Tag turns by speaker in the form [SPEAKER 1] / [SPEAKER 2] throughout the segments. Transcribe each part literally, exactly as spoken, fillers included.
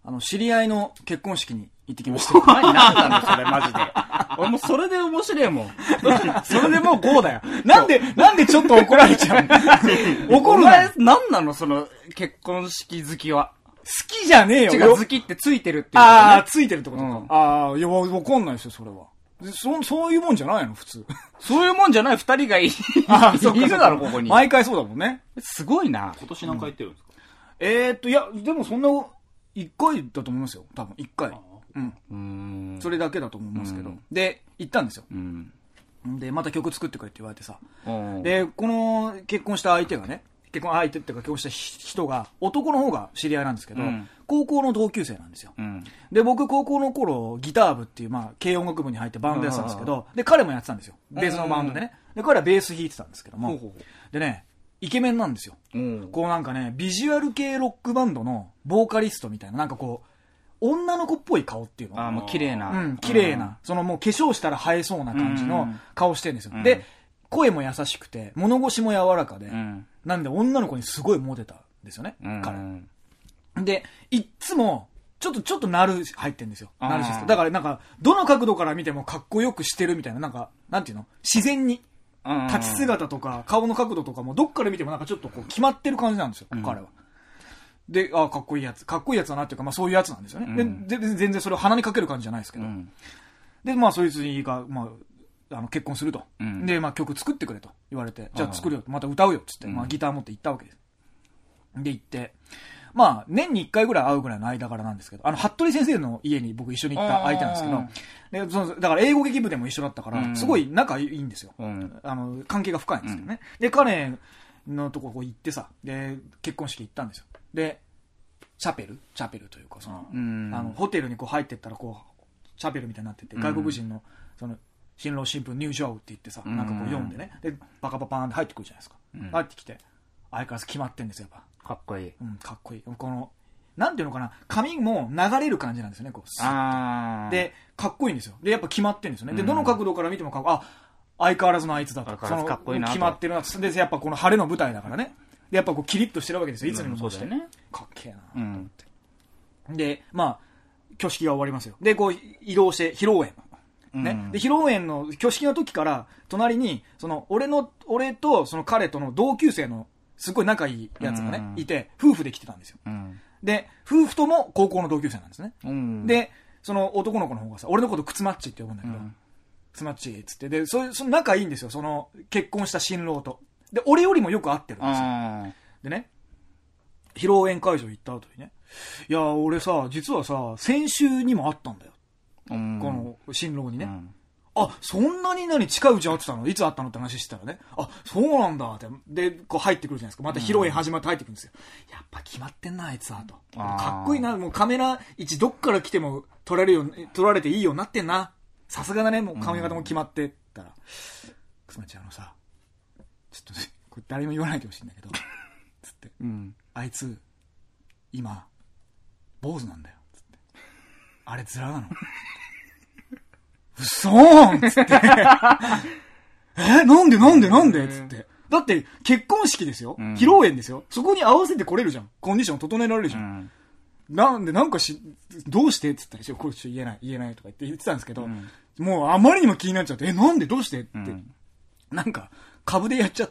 [SPEAKER 1] あの、知り合いの結婚式に行ってきました。
[SPEAKER 2] 何なんだそれマジで。俺もうそれで面白いもん。
[SPEAKER 1] それでもうこうだよ。なんで、なんでちょっと怒られちゃうの怒るなよ。
[SPEAKER 2] 何なのその結婚式好きは。
[SPEAKER 1] 好きじゃねえよ。
[SPEAKER 2] 違う、好きってついてるっていうことね。
[SPEAKER 1] ああ、ついてるってことか。
[SPEAKER 2] うん、
[SPEAKER 1] ああ、いや、わかんないですよ、それは。そ、そういうもんじゃないの普通。
[SPEAKER 2] そういうもんじゃない二人がいい。
[SPEAKER 1] ああ、そうか。
[SPEAKER 2] いるだろ、ここに。
[SPEAKER 1] 毎回そうだもんね。
[SPEAKER 2] すごいな。
[SPEAKER 3] 今年何回行ってるんですか？
[SPEAKER 1] うん、えーっと、いや、でもそんな、一回だと思いますよ。多分、一回。うん。
[SPEAKER 2] うーん。
[SPEAKER 1] それだけだと思いますけど。で、行ったんですよ。
[SPEAKER 2] うん。
[SPEAKER 1] で、また曲作ってくれって言われてさ。
[SPEAKER 2] うん、
[SPEAKER 1] で、この結婚した相手がね、結婚相手っていうか結婚した人が、男の方が知り合いなんですけど、うん、高校の同級生なんですよ。うん、で、僕高校の頃、ギター部っていう、まあ、軽音楽部に入ってバンドやってたんですけど、で、彼もやってたんですよ。ベースのバンドでね。で、彼はベース弾いてたんですけども、ほうほうほう、でね、イケメンなんですよ、うん。こうなんかね、ビジュアル系ロックバンドのボーカリストみたいな、なんかこう、女の子っぽい顔っていうの。
[SPEAKER 2] ああ、もう綺麗な。
[SPEAKER 1] うん、綺麗な。そのもう化粧したら映えそうな感じの顔してるんですよ。うん、で、声も優しくて、物腰も柔らかで、うん、なんで女の子にすごいモテたんですよね、うん、彼。で、いっつも、ちょっと、ちょっとナル入ってるんですよ。ナルシスト。だからなんか、どの角度から見てもかっこよくしてるみたいな、なんか、なんていうの？自然に。立ち姿とか、顔の角度とかも、どっから見てもなんかちょっとこう、決まってる感じなんですよ、うん、彼は。で、ああ、かっこいいやつ。かっこいいやつだなっていうか、まあそういうやつなんですよね。うん、で、全然それを鼻にかける感じじゃないですけど。うん、で、まあそいつにが、まあ、あの、結婚すると。うん、で、まあ曲作ってくれと言われて、じゃあ作るよ。また歌うよ。つって、まあギター持って行ったわけです。で、行って、まあ年にいっかいぐらい会うぐらいの間柄なんですけど、あの、服部先生の家に僕一緒に行った相手なんですけど、で、その、だから英語劇部でも一緒だったから、すごい仲いいんですよ。うん、あの、関係が深いんですけどね。うん、で、彼のところ行ってさ、で、結婚式行ったんですよ。で、チャペルチャペルというか、その、うん、あの、ホテルにこう入ってったら、こう、チャペルみたいになってて、外国人の、その、新郎新婦入場って言ってさ、なんかこう読んでね、で、バカバパーンって入ってくるじゃないですか。うん、入ってきて、相変わらず決まってんですよ、やっぱ。
[SPEAKER 2] かっこいい。
[SPEAKER 1] うん、かっこいい。この、なんていうのかな、髪も流れる感じなんですよね、こう。あで、かっこいいんですよ。で、やっぱ決まってるんですよね。うん、で、どの角度から見てもかっこいい。あ、相変わらずのあいつだと。
[SPEAKER 2] そのかっこいいなと。
[SPEAKER 1] 決まってるな。で、やっぱこの晴れの舞台だからね。で、やっぱこうキリッとしてるわけですよ。いつにもそうしてね。かっけえなと思って。うん、で、まあ、挙式が終わりますよ。で、こう移動して披露宴。ね。うん、で、披露宴の挙式の時から、隣に、その、俺の、俺とその彼との同級生の、すごい仲いいやつがね、うん、いて、夫婦で来てたんですよ。うん、で、夫婦とも高校の同級生なんですね。うん、で、その男の子の方がさ、俺のことクツマッチって呼ぶんだけど、うん、クツマッチっつって、で、そういう、その仲いいんですよ、その、結婚した新郎と。で、俺よりもよく会ってるんですよ。でね、披露宴会場行った後にね、いや、俺さ、実はさ、先週にも会ったんだよ。うん、この新郎にね。うん、あ、そんなに何近いうち会ってたの？いつ会ったのって話してたらね。あ、そうなんだって。で、こう入ってくるじゃないですか。また披露宴始まって入ってくるんですよ。うん、やっぱ決まってんな、あいつは、と。かっこいいな。もうカメラ位置どっから来ても撮られるよ、撮られていいようになってんな。さすがだね、もう髪型も決まってったら。くすまち、あのさ、ちょっと、ね、これ誰も言わないでほしいんだけど、つって。うん、あいつ、今、坊主なんだよ。つって。あれ、ズラなの。うそーんつって。えなんでなんでなんでつって。だって、結婚式ですよ、うん、披露宴ですよ。そこに合わせて来れるじゃん。コンディション整えられるじゃん。うん、なんで、なんかし、どうしてって言ったらしょ、これちょっと言えない、言えないとか言って言ってたんですけど、うん、もうあまりにも気になっちゃって、え、なんでどうしてって。うん、なんか、株でやっちゃって。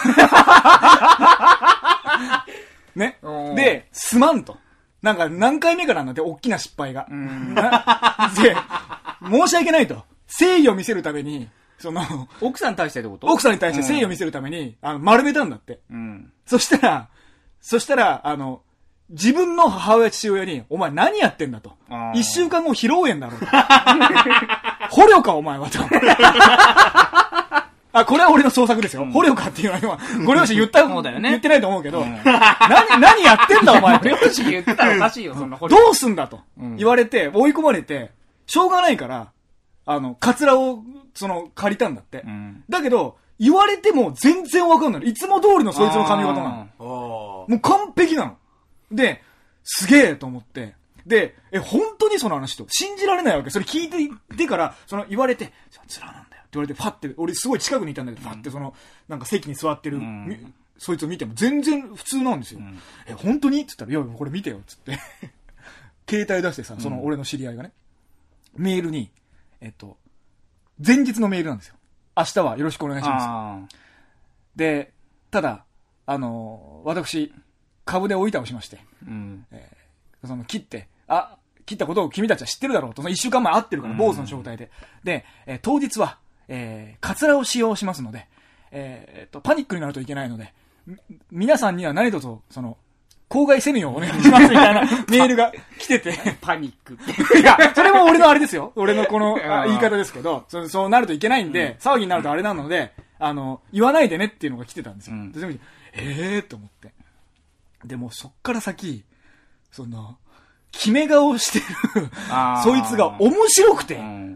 [SPEAKER 1] ね。で、すまんと。なんか何回目かなんだって、大きな失敗が。うん、で、申し訳ないと。誠意を見せるために、その、
[SPEAKER 2] 奥さんに対してってこと？
[SPEAKER 1] 奥さんに対して誠意を見せるために、あの、丸めたんだって。うん、そしたら、そしたら、あの、自分の母親父親に、お前何やってんだと。一週間後披露宴だろうと。捕虜かお前はと。あ、これは俺の創作ですよ。うん、捕虜かっていうのは今、ご両親言った、そうだよね、言ってないと思うけど、うん、何、何やってんだお前。
[SPEAKER 2] ご両親言ったらおかしいよ、そんな捕
[SPEAKER 1] 虜。どうすんだと言われて、追い込まれて、しょうがないから、あの、カツラを、その、借りたんだって。うん、だけど、言われても全然わかんない。いつも通りのそいつの髪型なの。もう完璧なの。で、すげえと思って、で、え、本当にその話と信じられないわけ。それ聞いて、てから、その言われて、つらなんだよって言われて、ファって、俺すごい近くにいたんだけど、ファってその、なんか席に座ってる、うん、そいつを見ても全然普通なんですよ。うん、え、本当にって言ったら、いや、これ見てよ、つって。 携帯出してさ、その俺の知り合いがね、うん、メールに、えっと、前日のメールなんですよ。明日はよろしくお願いします。で、ただ、あの、私、株で追い倒しまして、うんえー、その切って、あ、切ったことを君たちは知ってるだろうと、その一週間前会ってるから、坊主の状態で。で、えー、当日は、えー、カツラを使用しますので、えー、っと、パニックになるといけないので、皆さんには何卒、その、口外せぬようお願いしますみたいなメールが来てて。
[SPEAKER 2] パニックって。
[SPEAKER 1] いや、それも俺のあれですよ。俺のこの言い方ですけど、そそうなるといけないんで、うん、騒ぎになるとあれなので、あの、言わないでねっていうのが来てたんですよ。うん、でえーと思って。でもそっから先、その、決め顔してるそいつが面白くて、うん、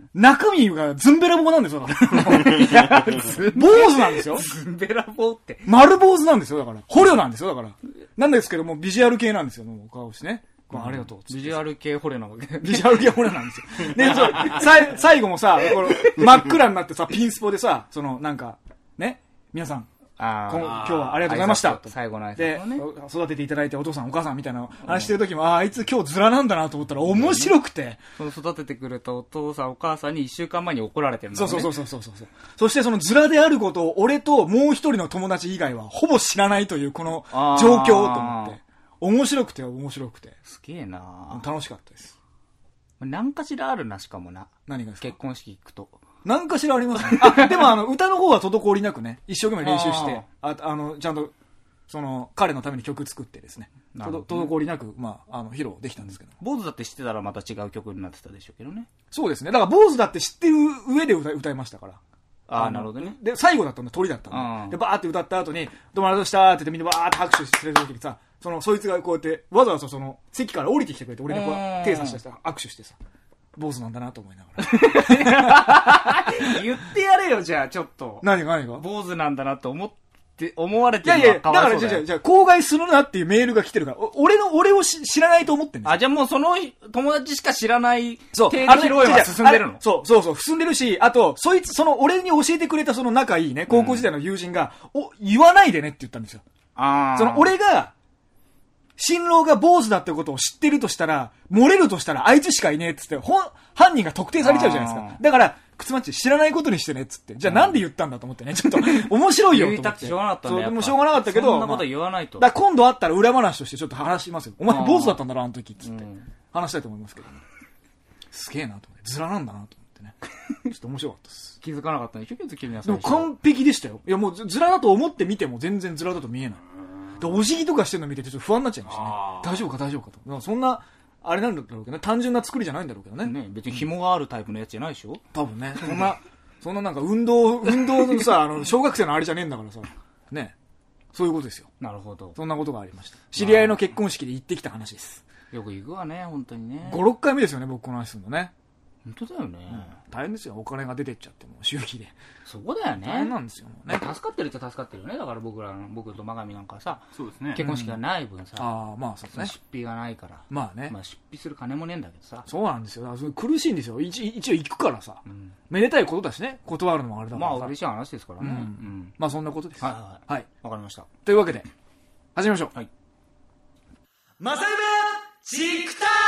[SPEAKER 1] 中身がズンベラボーなんですよ。坊主なんですよ。
[SPEAKER 2] ズンベラボーって。
[SPEAKER 1] 丸坊主なんですよ。だから。捕虜なんですよ。だから。なんですけども、ビジュアル系なんですよ。もう顔してね。うん、ありがとう。
[SPEAKER 2] ビジュアル系捕虜なわけ。
[SPEAKER 1] ビジュアル系捕虜なんですよ。で、そう、さ最後もさ、この真っ暗になってさ、ピンスポでさ、その、なんか、ね、皆さん、あ今日はありがとうございました。
[SPEAKER 2] 最後の挨
[SPEAKER 1] 拶、ね、で、育てていただいてお父さんお母さんみたいな話してる時も、うん、ああ、あいつ今日ズラなんだなと思ったら面白くて。
[SPEAKER 2] その育ててくれたお父さんお母さんに一週間前に怒られてるんだね。
[SPEAKER 1] そうそうそうそうそうそう。そしてそのズラであることを俺ともう一人の友達以外はほぼ知らないというこの状況と思って。面白くて面白くて。
[SPEAKER 2] すげえな
[SPEAKER 1] 楽しかったです。
[SPEAKER 2] 何かしらあるな、しかもな。
[SPEAKER 1] 何がですか？
[SPEAKER 2] 結婚式行くと。
[SPEAKER 1] 何かしらありますね。あ、でもあの、歌の方は滞りなくね、一生懸命練習して、あ, あの、ちゃんと、その、彼のために曲作ってですね、ね滞りなく、まあ、あの、披露できたんですけど。
[SPEAKER 2] 坊主だって知ってたらまた違う曲になってたでしょうけどね。
[SPEAKER 1] そうですね。だから坊主だって知ってる上で歌歌いましたから。
[SPEAKER 2] ああ、なるほどね。
[SPEAKER 1] で、最後だったんだ、鳥だったんで。で、バーって歌った後に、どうもありがとうございましたって言ってみんなバーって拍手してる時にさ、その、そいつがこうやって、わざわざその、席から降りてきてくれて、俺にこう、手差し出して握手してさ。坊主なんだなと思いなが
[SPEAKER 2] ら言ってやれよ、じゃあちょっと。
[SPEAKER 1] 何が何が
[SPEAKER 2] 坊主なんだなと思って思われてるのはかわいそうだよ。いやいや、だからじゃあじゃあ
[SPEAKER 1] 口外するなっていうメールが来てるから、俺の俺を知らないと思ってんですよ。
[SPEAKER 2] あ、じゃあもうその友達しか知らない程度披露宴は進んでるの。
[SPEAKER 1] そうそうそう進んでるし、あとそいつその俺に教えてくれたその仲いいね高校時代の友人が、うん、お言わないでねって言ったんですよ。ああ。その俺が新郎が坊主だってことを知ってるとしたら、漏れるとしたらあいつしかいねえっつって、ほん、犯人が特定されちゃうじゃないですか。だから、靴マッチ知らないことにしてねっつって。じゃあなんで言ったんだと思ってね。ちょっと面白いよと思って。言いたくて
[SPEAKER 2] しょうがなかったんだよ。
[SPEAKER 1] そう、もうしょうがなかったけど。
[SPEAKER 2] そんなこと言わないと。
[SPEAKER 1] まあ、だから今度会ったら裏話としてちょっと話しますよ。お前坊主だったんだろ、あの時っつって。話したいと思いますけどね。すげえなと思って。ズラなんだなと思ってね。ちょっと面白かったです。
[SPEAKER 2] 気づかなかったね。君は
[SPEAKER 1] でも完璧でしたよ。いやもうズラだと思って見ても全然ズラだと見えない。でお辞儀とかしてるの見てちょっと不安になっちゃいましたね。大丈夫か大丈夫かと。そんなあれなんだろうけどね、単純な作りじゃないんだろうけどね。
[SPEAKER 2] ね、別に紐があるタイプのやつじゃないでしょ。
[SPEAKER 1] 多分ね。そんなそんななんか運動運動のさ、あの小学生のあれじゃねえんだからさ、ね、そういうことですよ。
[SPEAKER 2] なるほど。
[SPEAKER 1] そんなことがありました。知り合いの結婚式で行ってきた話です。
[SPEAKER 2] よく行くわね、本当にね。
[SPEAKER 1] ご、ろっかいめですよね、僕この話するのね。
[SPEAKER 2] 本当だよね、うん、
[SPEAKER 1] 大変ですよ、お金が出てっちゃっても周期で。
[SPEAKER 2] そこだよね。
[SPEAKER 1] 大変なんですよ、もうね。
[SPEAKER 2] 助かってるっちゃ助かってるよね。だから僕らの僕と真上なんかさ、
[SPEAKER 1] そうですね、
[SPEAKER 2] 結婚式がない分さ、
[SPEAKER 1] うん、ああまあそうですね、
[SPEAKER 2] 出費がないから、
[SPEAKER 1] まあね、
[SPEAKER 2] まあ出費する金もねえんだけどさ。
[SPEAKER 1] そうなんですよ。だから苦しいんですよ。一, 一応行くからさ、うん、めでたいことだしね、断るのもあれだからさ。
[SPEAKER 2] まあ嬉しい話ですからね。うんう
[SPEAKER 1] ん、まあそんなことです。
[SPEAKER 2] はいはいはい。
[SPEAKER 1] はい、
[SPEAKER 2] わかりました。
[SPEAKER 1] というわけで始めましょう。
[SPEAKER 2] はい。
[SPEAKER 1] マサイメチクターク。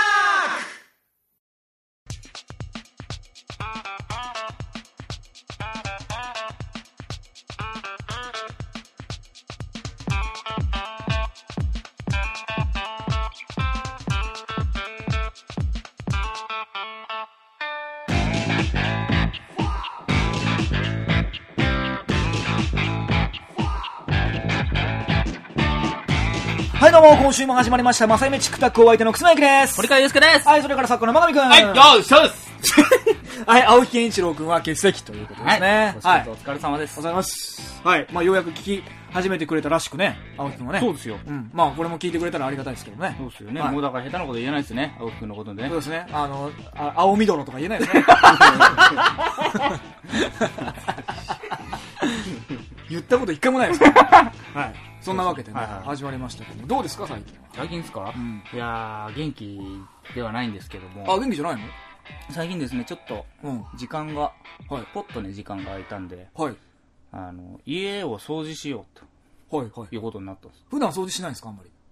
[SPEAKER 1] はいどうも、今週も始まりました、マサイメチクタックお相手のくすまゆきです。
[SPEAKER 2] 堀川祐介です。
[SPEAKER 1] はい、それから作家の真上くん。
[SPEAKER 2] はい、よーし、そうです。
[SPEAKER 1] はい、青木健一郎くんは欠席ということですね。
[SPEAKER 2] はい。お疲れ様です。
[SPEAKER 1] お疲れ様です。お疲れ様です。はい、まあようやく聞き始めてくれたらしくね、青木くんはね。
[SPEAKER 2] そうですよ。
[SPEAKER 1] うん。まあこれも聞いてくれたらありがたいですけどね。
[SPEAKER 2] そうですよね。はい、もうだから下手なこと言えないですね、青木くんのことでね。
[SPEAKER 1] そうですね。あの、あ青みどろとか言えないですね。言ったこと一回もないですから。はい。そんなわけでね、はいはい、始まりましたけど、どうですか最近は。
[SPEAKER 2] 最近ですか、うん、いやー元気ではないんですけども。
[SPEAKER 1] あ、元気じゃないの？
[SPEAKER 2] 最近ですね、ちょっと時間が、うん、はい、ポッとね時間が空いたんで、
[SPEAKER 1] はい、
[SPEAKER 2] あの家を掃除しようと、はいはい、いうことになったんです。
[SPEAKER 1] 普段掃除しないんですかあんまり？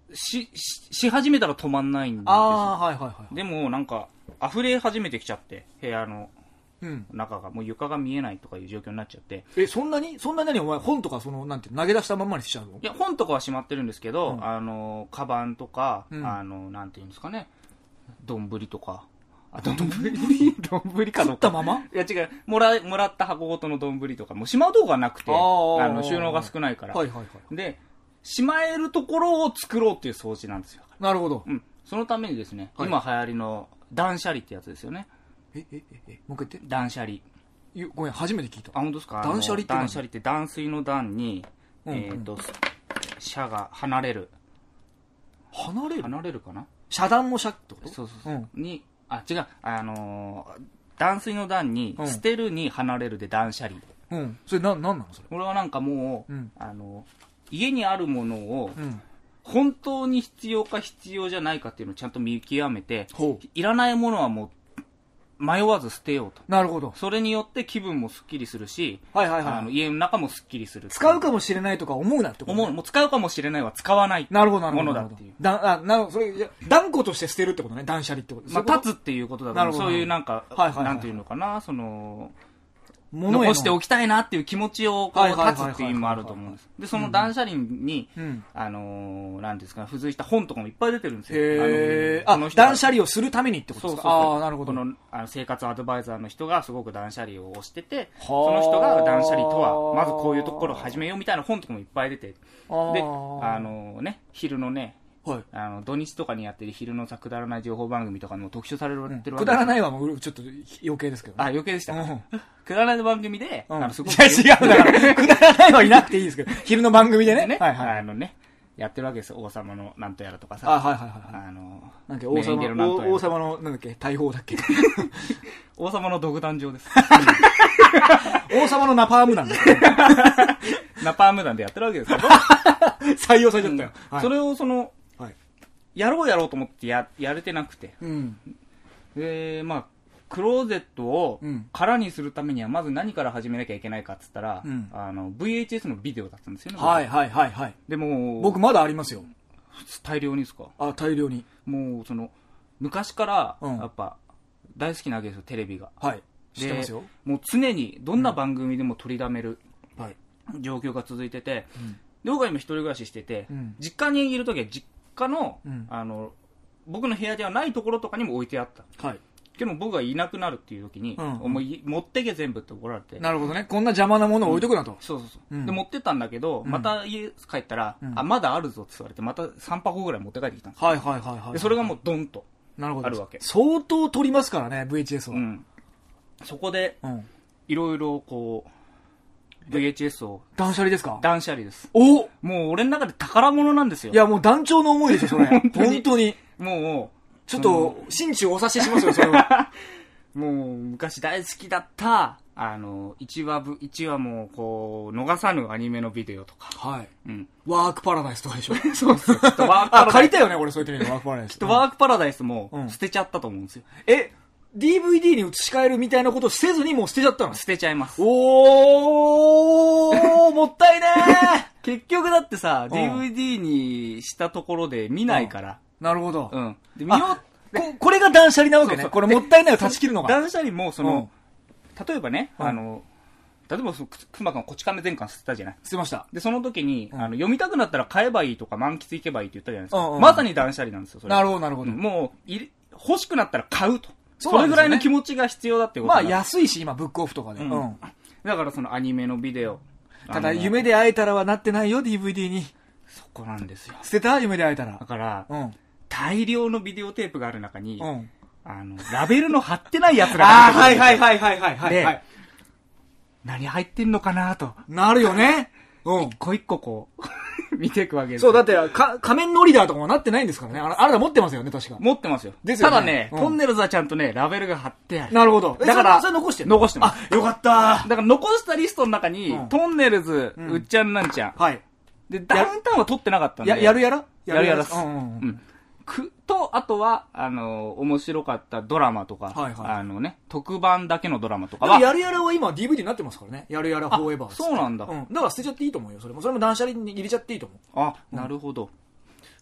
[SPEAKER 2] し、し、し始めたら止まんないんですよ。
[SPEAKER 1] ああ、はいはいはい。
[SPEAKER 2] でもなんか、溢れ始めてきちゃって、部屋の中が、もう床が見えないとかいう状況になっちゃって。
[SPEAKER 1] え、そんなにそんなにお前本とかその、なんて投げ出したまんまにしちゃうの？
[SPEAKER 2] いや、本とかはしまってるんですけど、うん、あの、カバンとか、うん、あの、なんていうんですかね、丼とか。あ、丼丼かどうか。
[SPEAKER 1] ったまま？
[SPEAKER 2] いや違う、もら、もらった箱ごとの丼とか、もうしまうとこがなくて、あの、収納が少ないから。
[SPEAKER 1] はいはいはい。
[SPEAKER 2] で、しまえるところを作ろうっていう掃除なんですよ。
[SPEAKER 1] なるほど。
[SPEAKER 2] うん。そのためにですね、はい、今流行りの断捨離ってやつですよね。
[SPEAKER 1] え、え、え、え、もう一回言って。
[SPEAKER 2] 断捨離。
[SPEAKER 1] ごめん、初めて聞いた。
[SPEAKER 2] あ、本当ですか？
[SPEAKER 1] 断捨離って
[SPEAKER 2] 断捨離って断水の断に、うんうん、えっ、ー、と、遮が離れる。
[SPEAKER 1] 離れる？
[SPEAKER 2] 離れるかな？
[SPEAKER 1] 遮断の遮ってこと？
[SPEAKER 2] そうそうそう。うん、に、あ、違う、あのー、断水の断に、うん、捨てるに離れるで断捨離。
[SPEAKER 1] うん。それな、なんなのそれ？
[SPEAKER 2] これはなんかもう、うん、あの、家にあるものを、うん、本当に必要か必要じゃないかっていうのをちゃんと見極めて、いらないものはもう、迷わず捨てようと。
[SPEAKER 1] なるほど。
[SPEAKER 2] それによって気分もスッキリするし、
[SPEAKER 1] はいはいはい。
[SPEAKER 2] あの家の中もスッキリする。
[SPEAKER 1] 使うかもしれないとか思うなってこと、ね、
[SPEAKER 2] 思う。もう使うかもしれないは使わない。
[SPEAKER 1] なるほどなるほど。
[SPEAKER 2] ものだっていう。
[SPEAKER 1] だ、あ、なるほど。それ、断固として捨てるってことね。断捨離ってこと。
[SPEAKER 2] まあ、立つっていうことだと思う。そういうなんか、はいはいはい、なんていうのかな、その、残しておきたいなっていう気持ちをこう立つっていう意味もあると思うんです。で、その断捨離に、うん、あのー、なんですか、付随した本とかもいっぱい出てるんですよ。
[SPEAKER 1] へー。あの、断捨離をするためにってことですか？
[SPEAKER 2] そうそうそう。
[SPEAKER 1] ああ、なるほど。
[SPEAKER 2] この、あの生活アドバイザーの人がすごく断捨離を推してて、その人が断捨離とは、まずこういうところを始めようみたいな本とかもいっぱい出て、で、あのー、ね、昼のね、はい、あの土日とかにやってる昼のさくだらない情報番組とかにも特集されてるわけです、うん、くだ
[SPEAKER 1] らないはもうちょっと余計ですけど、ね、
[SPEAKER 2] あ余計でした、うん、くだらないの番組で、うん、あのすごく
[SPEAKER 1] いや違うだからくだらないはいなくていいですけど昼の番組でね
[SPEAKER 2] ね、
[SPEAKER 1] はいはい、
[SPEAKER 2] あのねやってるわけですよ。王様のなんとやらとかさ、
[SPEAKER 1] あはいはいはい、あのなんか王様の王様のなんだっけ大砲だっけ
[SPEAKER 2] 王様の独壇場です
[SPEAKER 1] 王様のナパーム弾
[SPEAKER 2] ナパーム弾でやってるわけですよ
[SPEAKER 1] 採用されちゃったよ、
[SPEAKER 2] うんはい、それをそのやろうやろうと思ってや、やれてなくて。うん、で、まあ、クローゼットを空にするためには、まず何から始めなきゃいけないかって言ったら、うん、あの、ブイエイチエス のビデオだったんですよね。
[SPEAKER 1] はいはいはいはい。
[SPEAKER 2] でも、
[SPEAKER 1] 僕まだありますよ。
[SPEAKER 2] 大量にですか？
[SPEAKER 1] あ、大量に。
[SPEAKER 2] もう、その、昔から、やっぱ、大好きなわけですよ、テレビが。
[SPEAKER 1] はい。知ってますよ。
[SPEAKER 2] もう常に、どんな番組でも取りだめる、状況が続いてて、うん、で、僕は今一人暮らししてて、うん、実家にいるときは実家の、うん、あの僕の部屋ではないところとかにも置いてあった、はい、けど僕がいなくなるっていう時に、うんうん、もう持ってけ全部って怒られて。
[SPEAKER 1] なるほどね。こんな邪魔なものを置いとくなと、うん、
[SPEAKER 2] そうそうそう、うん、で持ってったんだけど、うん、また家帰ったら、うん、あまだあるぞって言われてまたさん箱ぐらい持って帰ってきたんですよ。
[SPEAKER 1] はいはいはいはい、はい、
[SPEAKER 2] でそれがもうドンとあるわけ。
[SPEAKER 1] 相当取りますからね ブイエイチエス は、うん、
[SPEAKER 2] そこでいろいろこうブイエイチエス を
[SPEAKER 1] 断捨離ですか？
[SPEAKER 2] 断捨離です。
[SPEAKER 1] お
[SPEAKER 2] もう俺の中で宝物なんですよ。
[SPEAKER 1] いやもう団長の思いでしょそれ本当に本当に
[SPEAKER 2] もう
[SPEAKER 1] ちょっと心中お察ししますよそれは
[SPEAKER 2] もう昔大好きだったあのいちわぶいちわもこう逃さぬアニメのビデオとか、はい、
[SPEAKER 1] うん、ワークパラダイスとかでしょ
[SPEAKER 2] そうそうワークパ
[SPEAKER 1] ラダイスあ借りたよね俺そう言ってるのワークパラダイス。
[SPEAKER 2] きっとワークパラダイスも捨てちゃったと思うんですよ、
[SPEAKER 1] うん、えディーブイディー に移し替えるみたいなことをせずにもう捨てちゃったの？
[SPEAKER 2] 捨てちゃいます。
[SPEAKER 1] おーもったいねー
[SPEAKER 2] 結局だってさ、ディーブイディー にしたところで見ないから。
[SPEAKER 1] なるほど。
[SPEAKER 2] うん。で見よ
[SPEAKER 1] うこ、これが断捨離なわけね。そうそうこれもったいないを断ち切るのが。
[SPEAKER 2] 断捨離もその、例えばね、あの、例えばくまくんこち亀全巻捨てたじゃない？
[SPEAKER 1] 捨てました。
[SPEAKER 2] で、その時に、あの読みたくなったら買えばいいとか満喫行けばいいって言ったじゃないですか。うんうん、まさに断捨離なんですよ、それ。
[SPEAKER 1] なるほど、なるほど。
[SPEAKER 2] もうい、欲しくなったら買うと。それぐらいの気持ちが必要だってこと。
[SPEAKER 1] まあ安いし今ブックオフとかで、うんうん、
[SPEAKER 2] だからそのアニメのビデオ
[SPEAKER 1] ただ夢で会えたらはなってないよ ディーブイディー に。
[SPEAKER 2] そこなんですよ。
[SPEAKER 1] 捨てた夢で会えたら。
[SPEAKER 2] だから、うん、大量のビデオテープがある中に、うん、あのラベルの貼ってないやつらが
[SPEAKER 1] あーはいはいはいはいはいはい、
[SPEAKER 2] で、
[SPEAKER 1] はい、
[SPEAKER 2] 何入ってんのかなと
[SPEAKER 1] なるよね。
[SPEAKER 2] うん、一個一個こう見ていくわけです。
[SPEAKER 1] そう、だってか仮面ノリダーとかもなってないんですからね。あなた持ってますよね、確か。
[SPEAKER 2] 持ってますよ。
[SPEAKER 1] ですよね。
[SPEAKER 2] ただね、うん、トンネルズはちゃんとね、ラベルが貼ってある。
[SPEAKER 1] なるほど。
[SPEAKER 2] だから、
[SPEAKER 1] それ残してる
[SPEAKER 2] 残してます。
[SPEAKER 1] あ、よかった。
[SPEAKER 2] だから残したリストの中に、うん、トンネルズ、うん、うっちゃんなんちゃん。はい。で、ダウンタウンは撮ってなかったんで。
[SPEAKER 1] や、やるやら
[SPEAKER 2] やるやらす。うんうんうん。く、と、あとは、あの、面白かったドラマとか、はいはい、あのね、特番だけのドラマとかは。
[SPEAKER 1] やるやらは今 ディーブイディー になってますからね。やるやらフォーエバー。
[SPEAKER 2] そうなんだ。
[SPEAKER 1] うん。だから捨てちゃっていいと思うよ。それも、それも断捨離に入れちゃっていいと思う。
[SPEAKER 2] あ、なるほど。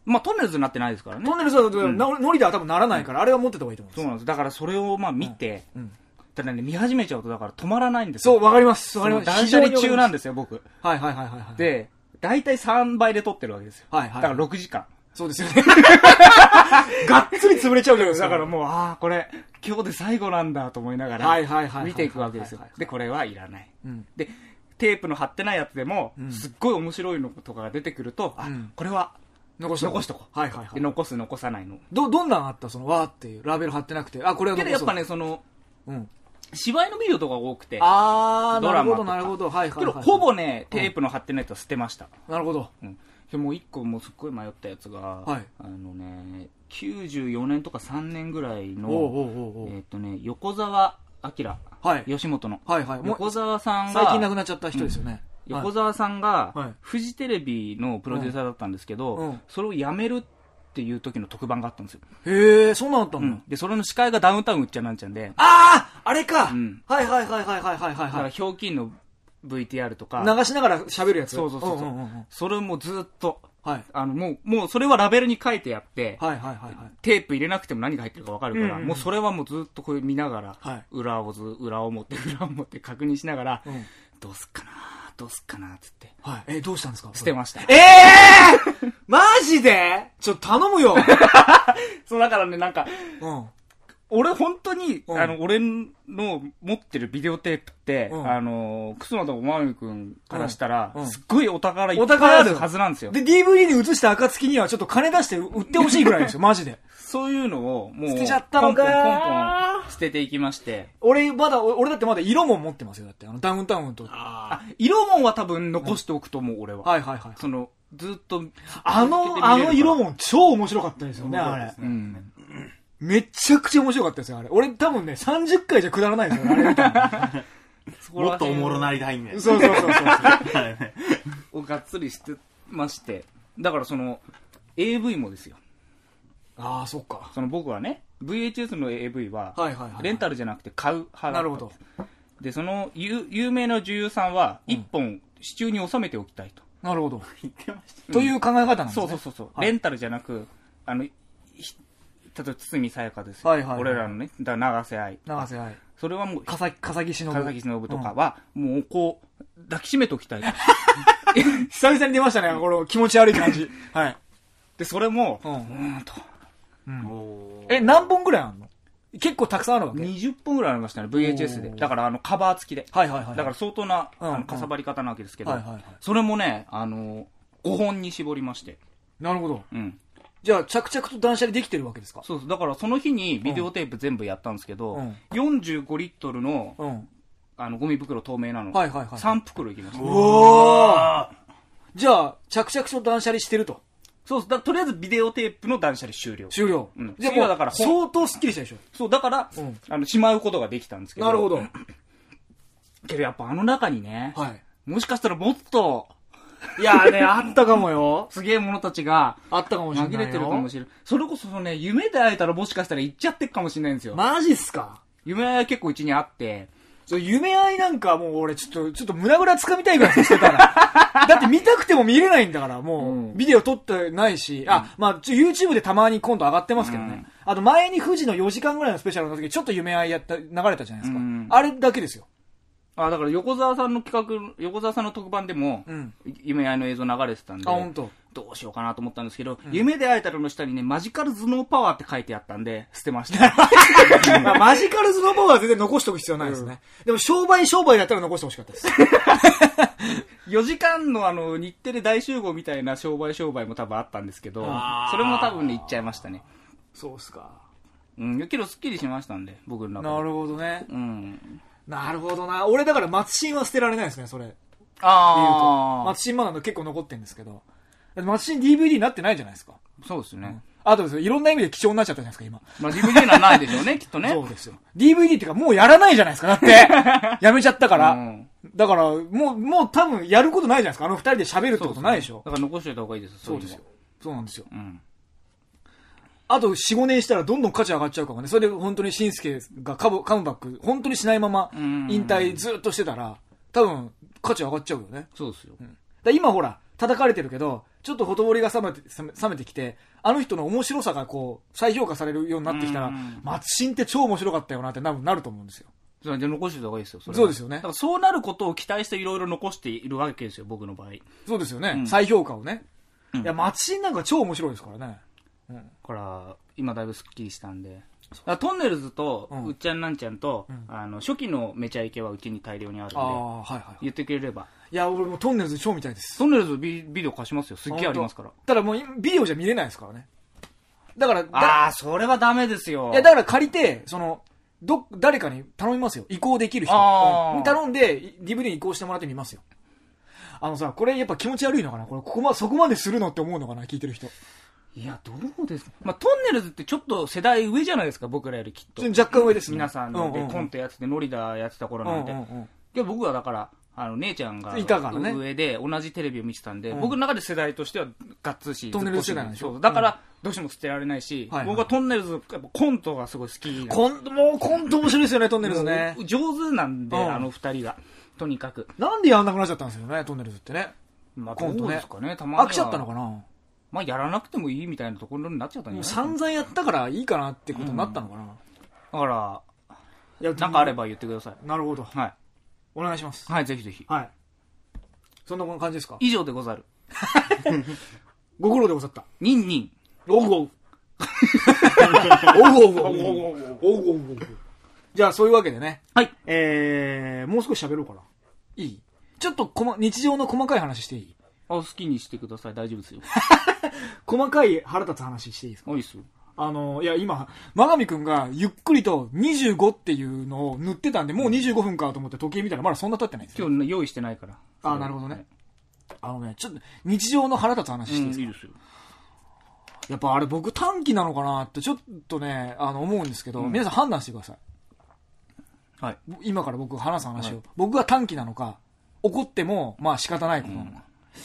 [SPEAKER 2] まあ、トンネルズになってないですからね。
[SPEAKER 1] トンネルズは、うん、ノリでは多分ならないから、うん、あれは持ってた方がいいと思うんです。
[SPEAKER 2] そうなんです。だからそれをまあ見て、うんうん、ただね、見始めちゃうとだから止まらないんです
[SPEAKER 1] よ。そう、わかります。わかります。
[SPEAKER 2] 断捨離中なんですよ、僕。
[SPEAKER 1] はいはいはいはい、はい。
[SPEAKER 2] で、だいたいさんばいで撮ってるわけですよ。
[SPEAKER 1] はいはい。
[SPEAKER 2] だからろくじかん。
[SPEAKER 1] そうですよね。がっつり潰れちゃうじゃないですか。
[SPEAKER 2] だからもう、ああ、これ、今日で最後なんだと思いながら、見ていくわけですよ。で、これはいらない。うん、で、テープの貼ってないやつでも、うん、すっごい面白いのとかが出てくると、うん、あ、これは、
[SPEAKER 1] 残しとこう。
[SPEAKER 2] 残しとこう。
[SPEAKER 1] はいはいはい。
[SPEAKER 2] で、残す、残さないの。
[SPEAKER 1] ど、どんなんあったその、わーっていう、ラベル貼ってなくて、あ、これは残そう。
[SPEAKER 2] けどやっぱね、その、うん。芝居のビデオとかが多くて。
[SPEAKER 1] あー、なるほど、なるほど。はいはいはい。
[SPEAKER 2] けど、ほぼね、テープの貼ってないやつは捨てました。
[SPEAKER 1] なるほど。
[SPEAKER 2] うん。でもう一個もうすっごい迷ったやつが、はい、あのね、きゅうじゅうよねんとかさんねんぐらいの、おうおうおうおうえっとね、横澤明、はい、吉本の。はいはい。横澤さんが、
[SPEAKER 1] 最近亡くなっちゃった人ですよね。
[SPEAKER 2] うん、横澤さんが、はい、フジテレビのプロデューサーだったんですけど、うん、それを辞めるっていう時の特番があったんですよ。
[SPEAKER 1] へえ、そうなんだったんだ、うん。
[SPEAKER 2] で、それの司会がダウンタウンうっちゃなんちゃんで。
[SPEAKER 1] あああれか、うん、はいはいはいはいはいはいはい。だ
[SPEAKER 2] から、ひょうきんの ブイティーアール とか。
[SPEAKER 1] 流しながら喋るやつ。
[SPEAKER 2] そうそうそうそう、うんうんうん。それもずっと、はい。あの、もう、もうそれはラベルに書いてあって、はいはいはいはい。テープ入れなくても何が入ってるか分かるから、うんうんうん、もうそれはもうずっとこう見ながら、はい、裏をず、裏を持って、裏を持って確認しながら、うん、どうすっかなどうすっかなつって。
[SPEAKER 1] はい。えー、どうしたんですか？
[SPEAKER 2] 捨てました。
[SPEAKER 1] ええーマジでちょっと頼むよ
[SPEAKER 2] そう、だからね、なんか、うん。俺本当に、うん、あの、俺の持ってるビデオテープって、うん、あの、楠本真美くんからしたら、うん、すっごいお宝いっぱいあるはずなんですよ。
[SPEAKER 1] で、ディーブイディー に映した暁にはちょっと金出して売ってほしいぐらいですよ、マジで。
[SPEAKER 2] そういうのを、もう、
[SPEAKER 1] 捨てちゃったのかー。
[SPEAKER 2] ポンポンポンポン捨てていきまして。
[SPEAKER 1] 俺、まだ、俺だってまだ色も持ってますよ、だって。あの、ダウンタウンと。
[SPEAKER 2] あ、色もんは多分残しておくと思う、俺は。
[SPEAKER 1] はいはいはい。
[SPEAKER 2] その、ずっと、
[SPEAKER 1] あの、あの色も超面白かったですよね、あれ。うん。めちゃくちゃ面白かったですよ、あれ。俺多分ね、さんじゅっかいじゃくだらないですよ、あれみたいな。
[SPEAKER 3] もっとおもろなりたいんだよ。
[SPEAKER 1] そうそうそうそう。
[SPEAKER 2] をがっつりしてまして。だからその、エーブイ もですよ。
[SPEAKER 1] ああ、そっか。
[SPEAKER 2] その僕はね、ブイエイチエス の エーブイ は、レンタルじゃなくて買う派だった。なるほど。で、その、有有名な女優さんは、一本、支柱に収めておきたいと。
[SPEAKER 1] なるほど。言ってました。という考え方なんですね。
[SPEAKER 2] そうそうそうそう、レンタルじゃなく、あの、例えば堤さやかですよ。はいはいはい、俺らのね、だ長瀬愛。
[SPEAKER 1] 長瀬愛。
[SPEAKER 2] それはもう、
[SPEAKER 1] 笠木忍。
[SPEAKER 2] 笠木忍とかは、うん、もうこう、抱きしめておきたい。
[SPEAKER 1] 久々に出ましたね、この気持ち悪い感じ。はい。
[SPEAKER 2] で、それも、うん、うーんと。
[SPEAKER 1] うん、え、何本ぐらいあるの？結構たくさんあるわけ？
[SPEAKER 2] にじゅっぽんぐらいありましたね、ブイエイチエス で。だからあの、カバー付きで。はいはいはい。だから相当な、あの、かさばり方なわけですけど、はいはいはい、それもね、あの、ごほんに絞りまして。
[SPEAKER 1] なるほど。うん。じゃあ、着々と断捨離できてるわけですか？
[SPEAKER 2] そうそう。だからその日にビデオテープ全部やったんですけど、うん、よんじゅうごリットルの、うん、あの、ゴミ袋透明なの。はいはいはい。さん袋いきました。
[SPEAKER 1] おー！じゃあ、着々と断捨離してると。
[SPEAKER 2] そうだ、とりあえずビデオテープの断捨離終了。
[SPEAKER 1] 終了。
[SPEAKER 2] うん。じゃあだから
[SPEAKER 1] 相当スッキリしたでしょ。
[SPEAKER 2] そう、だから、うん、あの、しまうことができたんですけど。
[SPEAKER 1] なるほど。
[SPEAKER 2] けどやっぱあの中にね、はい。もしかしたらもっと、
[SPEAKER 1] いやーね、あったかもよ。
[SPEAKER 2] すげえものたちが、
[SPEAKER 1] あったかもしれない。
[SPEAKER 2] 紛れてるかもしれない。それこそね、夢で会えたらもしかしたら行っちゃってっかもしれないんですよ。
[SPEAKER 1] マジっすか？
[SPEAKER 2] 夢は結構うちにあって、
[SPEAKER 1] そう、夢愛なんかもう俺ちょっと、ちょっと胸ぐら掴みたいぐらいしてたら。だって見たくても見れないんだから、もう、うん、ビデオ撮ってないし、うん、あ、まあ、YouTube でたまに今度上がってますけどね。うん、あと前に富士のよじかんぐらいのスペシャルの時ちょっと夢愛やった、流れたじゃないですか。うん、あれだけですよ。
[SPEAKER 2] あ、だから横澤さんの企画、横澤さんの特番でも、うん、夢愛の映像流れてたんで、
[SPEAKER 1] あ、本当。
[SPEAKER 2] どうしようかなと思ったんですけど、うん、夢で会えたらの下にね、マジカル頭脳パワーって書いてあったんで、捨てました。
[SPEAKER 1] まあ、マジカル頭脳パワーは全然残しておく必要ないですね。うん、でも商売商売だったら残してほしかったです。
[SPEAKER 2] よじかんのあの、日テレ大集合みたいな商売商売も多分あったんですけど、それも多分ね、言っちゃいましたね。
[SPEAKER 1] そうっすか。
[SPEAKER 2] うん、けどスッキリしましたんで、僕の中で。
[SPEAKER 1] なるほどね。うん。なるほどな。俺だから松新は捨てられないですね、それ。
[SPEAKER 2] ああ。
[SPEAKER 1] 松新まだ結構残ってるんですけど。松新 ディーブイディー になってないじゃないですか。
[SPEAKER 2] そうですね。
[SPEAKER 1] うん、あとですよ、いろんな意味で貴重になっちゃったじゃないですか、今。
[SPEAKER 2] まあ ディーブイディー はないでしょうね、きっとね。
[SPEAKER 1] そうですよ。ディーブイディー ってかもうやらないじゃないですか、だって。やめちゃったから。うん、だから、もう、もう多分やることないじゃないですか。あの二人で喋るってことないでしょ。
[SPEAKER 2] だから残しておいた方がいいですよ、
[SPEAKER 1] そうですよ。そうなんですよ。うん。あとよん、ごねんしたらどんどん価値上がっちゃうかもね。それで本当にシンスケがカムバック、本当にしないまま引退ずっとしてたら、多分価値上がっちゃうよね。
[SPEAKER 2] そうですよ。うん、
[SPEAKER 1] だ今ほら、叩かれてるけど、 ちょっとほとぼりが冷めて、冷めてきて、あの人の面白さがこう、再評価されるようになってきたら、松新って超面白かったよなって多分なると思うんですよ。
[SPEAKER 2] それで残しておいた方がいいですよ。それ
[SPEAKER 1] そうですよね。
[SPEAKER 2] だからそうなることを期待していろいろ残しているわけですよ、僕の場合。
[SPEAKER 1] そうですよね。
[SPEAKER 2] うん、
[SPEAKER 1] 再評価をね。
[SPEAKER 2] うん、
[SPEAKER 1] いや、松新なんか超面白いですからね。
[SPEAKER 2] うん。だから、今だいぶスッキリしたんで。トンネルズと、うっちゃんなんちゃんと、うん、あの、初期のめちゃイケはうちに大量にあるんで、あ、はいはい、言ってくれれば。
[SPEAKER 1] いや、俺もトンネルズ超見たいです。
[SPEAKER 2] トンネルズビ、ビデオ貸しますよ。すっげえありますから。
[SPEAKER 1] ただもう、ビデオじゃ見れないですからね。だから、
[SPEAKER 2] ああ、それはダメですよ。
[SPEAKER 1] いや、だから借りて、その、ど、誰かに頼みますよ。移行できる人。うん、頼んで、ディーブイディー に移行してもらってみますよ。あのさ、これやっぱ気持ち悪いのかなこれ、ここま、そこまでするのって思うのかな聞いてる人。
[SPEAKER 2] いや、どうですか。まあ、トンネルズってちょっと世代上じゃないですか、僕らよりきっと。
[SPEAKER 1] 若干上です、
[SPEAKER 2] ね。皆さんで、うんうんうん、コントやってて、ノリダやってた頃なんで。うんうんうん、で僕はだから、あの、姉ちゃんが、いたからね。上で、同じテレビを見てたんで、うん、僕の中で世代としては、ガッツし、
[SPEAKER 1] トンネルズ世代なんでしょ。
[SPEAKER 2] だから、どうしても捨てられないし、うん、僕はトンネルズ、やっぱコントがすごい好き。
[SPEAKER 1] コント、もうコント面白いですよね、トンネルズね。
[SPEAKER 2] 上手なんで、うん、あの二人が。とにかく。
[SPEAKER 1] なんでやんなくなっちゃったんですよね、トンネルズってね。
[SPEAKER 2] まあ、コントね。どうですかね、たまに。
[SPEAKER 1] 飽きちゃったのかな。
[SPEAKER 2] まあ、やらなくてもいいみたいなところになっちゃったんじゃない？
[SPEAKER 1] 散々やったからいいかなってことになったのかな。うん、
[SPEAKER 2] だから、いや、なんかあれば言ってください。
[SPEAKER 1] なるほど。
[SPEAKER 2] はい。
[SPEAKER 1] お願いします。
[SPEAKER 2] はい、ぜひぜひ。
[SPEAKER 1] はい。そんな感じですか？
[SPEAKER 2] 以上でござる。
[SPEAKER 1] ご苦労でござった。
[SPEAKER 2] ニンニン。
[SPEAKER 1] おうおう。おうおうおう。おうおうおう。じゃあ、そういうわけでね。
[SPEAKER 2] はい。
[SPEAKER 1] えー、もう少し喋ろうかな。いい？ちょっとこま、日常の細かい話していい？
[SPEAKER 2] あ、好きにしてください。大丈夫ですよ。
[SPEAKER 1] 細かい腹立つ話していいですか？
[SPEAKER 2] いいですよ。
[SPEAKER 1] あの、いや、今、真上くんがゆっくりとにじゅうごっていうのを塗ってたんで、もうにじゅうごふんかと思って時計見たらまだそんな経ってないんですよ。
[SPEAKER 2] 今日用意してないから。
[SPEAKER 1] あ、なるほどね。はい、あのね、ちょっと日常の腹立つ話していいですか？うん、いいですよ。やっぱあれ僕短期なのかなってちょっとね、あの思うんですけど、うん、皆さん判断してください。
[SPEAKER 2] はい。
[SPEAKER 1] 今から僕話す話を。はい、僕が短期なのか、怒っても、まあ仕方ないことなのか。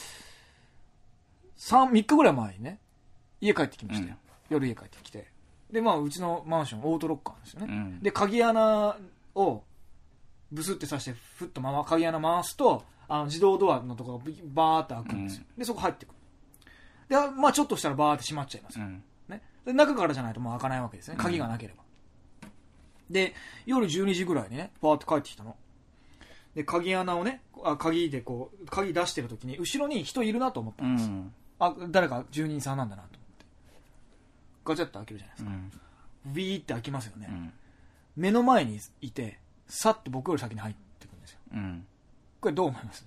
[SPEAKER 1] 三、三日ぐらい前にね、家帰ってきましたよ。うん、夜家帰ってきて。で、まあ、うちのマンション、オートロッカーですよね。うん、で、鍵穴を、ブスって刺して、ふっとまま、鍵穴回すと、あの、自動ドアのとこがバーって開くんですよ。うん、で、そこ入ってくる。で、まあ、ちょっとしたらバーって閉まっちゃいますよ。うん、ね。で、中からじゃないともう開かないわけですね。鍵がなければ。うん、で、夜じゅうにじぐらいにね、バーって帰ってきたの。で、鍵穴をね、あ鍵でこう、鍵出してる時に、後ろに人いるなと思ったんですよ。うん、あ、誰か住人さんなんだなと思って。ガチャッと開けるじゃないですか。うん、ビーって開きますよね。うん、目の前にいて、さって僕より先に入ってくるんですよ。うん、これどう思います？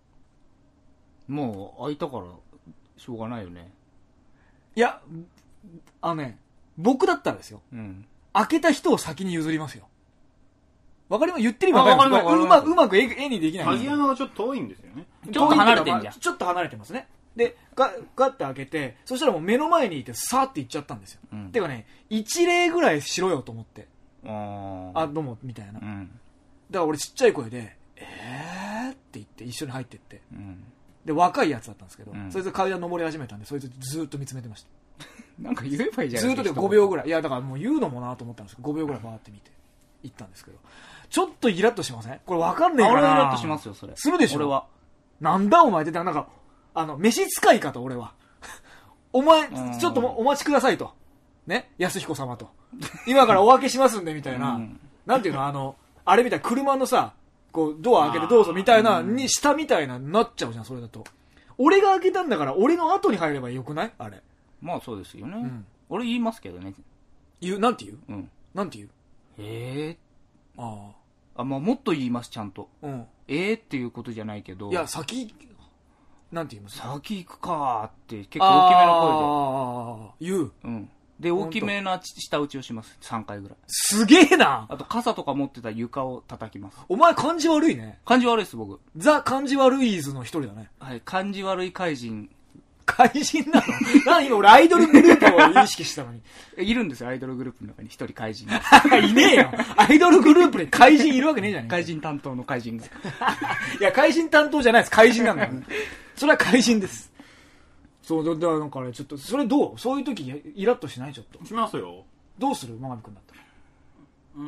[SPEAKER 2] もう開いたからしょうがないよね。
[SPEAKER 1] いや、あのね、僕だったらですよ。うん、開けた人を先に譲りますよ。わかります？言ってる意味わかります？うまく、うまく絵にできない。
[SPEAKER 3] 鍵穴がちょっと遠いんですよね。
[SPEAKER 2] ちょっと離れてんじゃん。
[SPEAKER 1] ちょっと離れてますね。で、ガッ、ガッて開けて、そしたらもう目の前にいて、さーって行っちゃったんですよ。うん、てかね、一礼ぐらいしろよと思って。ああ、どうも、みたいな。うん、だから俺ちっちゃい声で、えーって言って一緒に入ってって。うん、で、若いやつだったんですけど、うん、そいつ階段登り始めたんで、そいつずーっと見つめてました。
[SPEAKER 2] なんか言えばいいじゃないですか。
[SPEAKER 1] ずーっとでごびょうぐらい。いや、だからもう言うのもなと思ったんですけど、ごびょうぐらいバーって見て、行ったんですけど。ちょっとイラッとしません？これわかんねえかな。
[SPEAKER 2] 俺イラッとしますよ、それ。
[SPEAKER 1] するでしょ？
[SPEAKER 2] 俺は。
[SPEAKER 1] なんだお前って、なんか、あの、召使いかと、俺は。お前、ちょっとお待ちくださいと。ね、安彦様と。今からお分けしますんで、みたいな。うん、なんていうの、あの、あれみたいな、車のさ、こう、ドア開けてどうぞみたいな、に、下みたいな、なっちゃうじゃん、それだと。俺が開けたんだから、俺の後に入ればよくない？あれ。
[SPEAKER 2] まあそうですよね。うん、俺言いますけどね。
[SPEAKER 1] 言う、なんて言う？うん。なんて言う？
[SPEAKER 2] へえ。ああ。あ、まあもっと言います、ちゃんと。うん。ええっていうことじゃないけど。
[SPEAKER 1] いや、先、なんて言います？
[SPEAKER 2] 先行くかーって結構大きめ
[SPEAKER 1] の声で。言う。
[SPEAKER 2] うん。で、大きめな下打ちをします。さんかいぐらい。
[SPEAKER 1] すげえな。
[SPEAKER 2] あと傘とか持ってた床を叩きます。
[SPEAKER 1] お前感じ悪いね。
[SPEAKER 2] 感じ悪いです、僕。
[SPEAKER 1] ザ感じ悪いズの一人だね。
[SPEAKER 2] はい。感じ悪い怪人。
[SPEAKER 1] 怪人なの？何今俺アイドルグループを意識したのに。
[SPEAKER 2] いるんですよ、アイドルグループの中に一人怪人。
[SPEAKER 1] いねえよ。アイドルグループで怪人いるわけねえじゃねえか。
[SPEAKER 2] 怪人担当の怪人が。
[SPEAKER 1] いや、怪人担当じゃないです。怪人なんだよ。それは怪人です。そう、だからなんかね、ちょっと、それどう？そういう時イラッとしない？ちょっと。
[SPEAKER 3] しますよ。
[SPEAKER 1] どうする？真上くんだったら。
[SPEAKER 3] うん、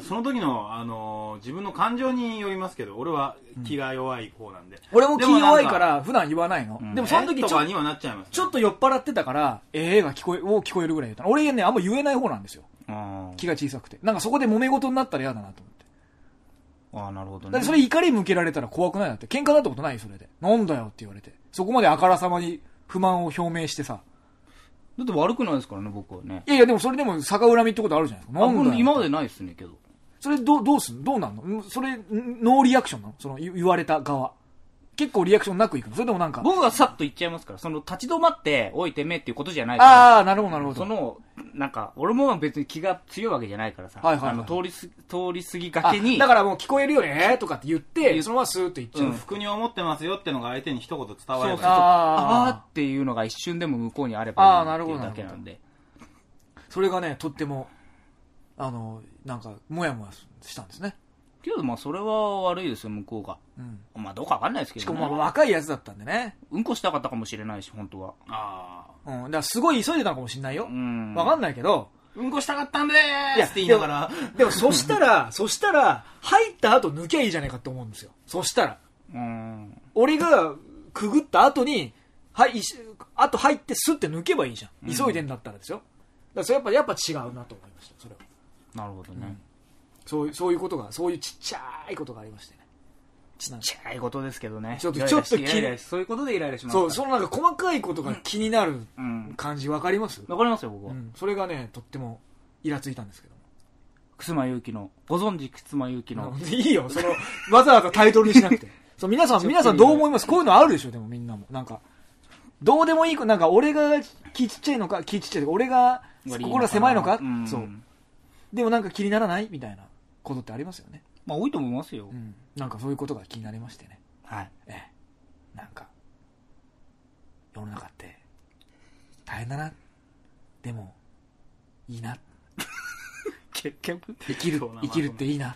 [SPEAKER 3] その時の、あのー、自分の感情によりますけど、俺は気が弱い方なんで。
[SPEAKER 1] うん、俺も気弱いから普段言わないの。で も, でもその時ちょ、
[SPEAKER 3] にはなっちゃいます、ね、
[SPEAKER 1] ちょっと酔っ払ってたから、ええが聞こえ、を聞こえるぐらい言ったの。俺ね、あんま言えない方なんですよ。気が小さくて。なんかそこで揉め事になったら嫌だなと思って。
[SPEAKER 2] ああ、なるほどね。
[SPEAKER 1] だってそれ怒り向けられたら怖くないだって。喧嘩だったことないそれで。なんだよって言われて。そこまであからさまに不満を表明してさ。
[SPEAKER 2] だって悪くないですからね、僕はね。
[SPEAKER 1] いやいや、でもそれでも逆恨みってことあるじゃないですか。なんだよ。
[SPEAKER 2] 今までないですね、けど。
[SPEAKER 1] それどう、どうすんのどうなんのそれ、ノーリアクションなのその言われた側。結構リアクションなくいくのそれでもなんか。
[SPEAKER 2] 僕はさっと言っちゃいますから、その立ち止まって、おいてめえっていうことじゃないから。
[SPEAKER 1] ああ、なるほどなるほど。
[SPEAKER 2] その、なんか、俺も別に気が強いわけじゃないからさ。はいはいはい、あの、通りす、通り過ぎがけに。
[SPEAKER 1] だからもう聞こえるよねとかって言って、そのままスーッと言っちゃう。うん、
[SPEAKER 3] 服に思ってますよってのが相手に一言伝わればいい。
[SPEAKER 2] ああっていうのが一瞬でも向こうにあればいいっていうだけなんで。
[SPEAKER 1] それがね、とっても、あの、なんか、もやもやしたんですね。
[SPEAKER 2] けどまあそれは悪いですよ向こうが、うん、まあどうかわかんないですけど、ね、
[SPEAKER 1] しかもまあ若いやつだったんでね
[SPEAKER 2] うんこしたかったかもしれないし本当は
[SPEAKER 1] ああ、うん、だからすごい急いでたのかもしれないよ、うん、わかんないけど
[SPEAKER 3] うんこしたかったんでーすって言いながら
[SPEAKER 1] でも、でもそしたらそしたら入った後抜きゃいいじゃないかって思うんですよそしたらうん俺がくぐった後にはいあと入ってスッて抜けばいいじゃん、うん、急いでんだったらですよだからそれやっぱやっぱ違うなと思いましたそれは
[SPEAKER 2] なるほどね、うん
[SPEAKER 1] そういう、そういうことが、そういうちっちゃいことがありましてね。
[SPEAKER 2] ちっちゃいことですけどね。
[SPEAKER 1] ちょっと、ちょっと気
[SPEAKER 2] に、そういうことでイライラします。
[SPEAKER 1] そう、そのなんか細かいことが気になる感じ、わかります？
[SPEAKER 2] わかりますよ、僕は、
[SPEAKER 1] うん。それがね、とってもイラついたんですけど。
[SPEAKER 2] 楠間祐希の、ご存知楠間祐希の。
[SPEAKER 1] いいよ、その、わざわざタイトルにしなくて。そう、皆さん、皆さんどう思います？こういうのあるでしょ、でもみんなも。なんか、どうでもいい、なんか俺が気ちっちゃいのか、気ちっちゃい俺が心が狭いのか、うん、そう。でもなんか気にならないみたいな。ことってありますよね。
[SPEAKER 2] まあ多いと思いますよ、
[SPEAKER 1] うん。なんかそういうことが気になりましてね。
[SPEAKER 2] はい。
[SPEAKER 1] ええ、なんか世の中って大変だな。でもいいな。
[SPEAKER 2] 結局
[SPEAKER 1] 生きる生きるっていいな。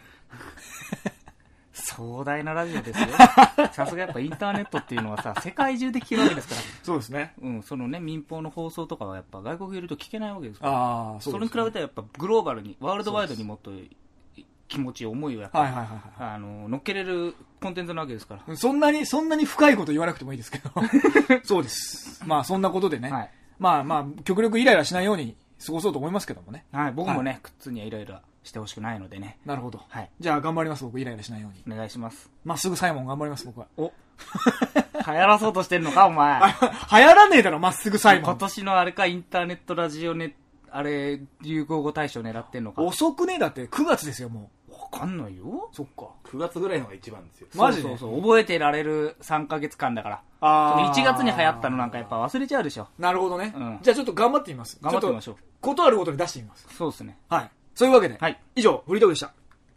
[SPEAKER 2] 壮大なラジオですよ。さすがやっぱインターネットっていうのはさ世界中で聞けるわけですから。
[SPEAKER 1] そうですね。
[SPEAKER 2] うん、そのね民放の放送とかはやっぱ外国いると聞けないわけですから。
[SPEAKER 1] ああ、
[SPEAKER 2] そうですね。それに比べたらやっぱグローバルにワールドワイドにもっと気持ち思いをやっぱ、はいはいはいはい、あの乗っけれるコンテンツなわけですから。
[SPEAKER 1] そんなにそんなに深いこと言わなくてもいいですけど。そうです。まあそんなことでね。はい、まあまあ極力イライラしないように過ごそうと思いますけどもね。
[SPEAKER 2] はい。僕もね、はい、靴にはイライラしてほしくないのでね。
[SPEAKER 1] なるほど。
[SPEAKER 2] はい。
[SPEAKER 1] じゃあ頑張ります僕イライラしないように。
[SPEAKER 2] お願いします。
[SPEAKER 1] まっすぐサイモン頑張ります僕は。お。
[SPEAKER 2] 流行らそうとしてるのかお前。
[SPEAKER 1] 流行らねえだろまっすぐサイモン。
[SPEAKER 2] 今年のあれかインターネットラジオネあれ流行語大賞狙ってんのか。
[SPEAKER 1] 遅くねえだってくがつですよもう。
[SPEAKER 2] わかんないよ。
[SPEAKER 1] そっか。
[SPEAKER 3] くがつぐらいのが一番ですよ。
[SPEAKER 1] マジで？
[SPEAKER 2] そうそうそう。覚えてられるさんかげつかんだから。ああ。いちがつに流行ったのなんかやっぱ忘れちゃうでしょ。
[SPEAKER 1] なるほどね。うん、じゃあちょっと頑張ってみます。
[SPEAKER 2] 頑張ってみましょう。
[SPEAKER 1] ことあるごとに出してみます。
[SPEAKER 2] そうですね。
[SPEAKER 1] はい。そういうわけで。
[SPEAKER 2] はい。
[SPEAKER 1] 以上、フリートークでした。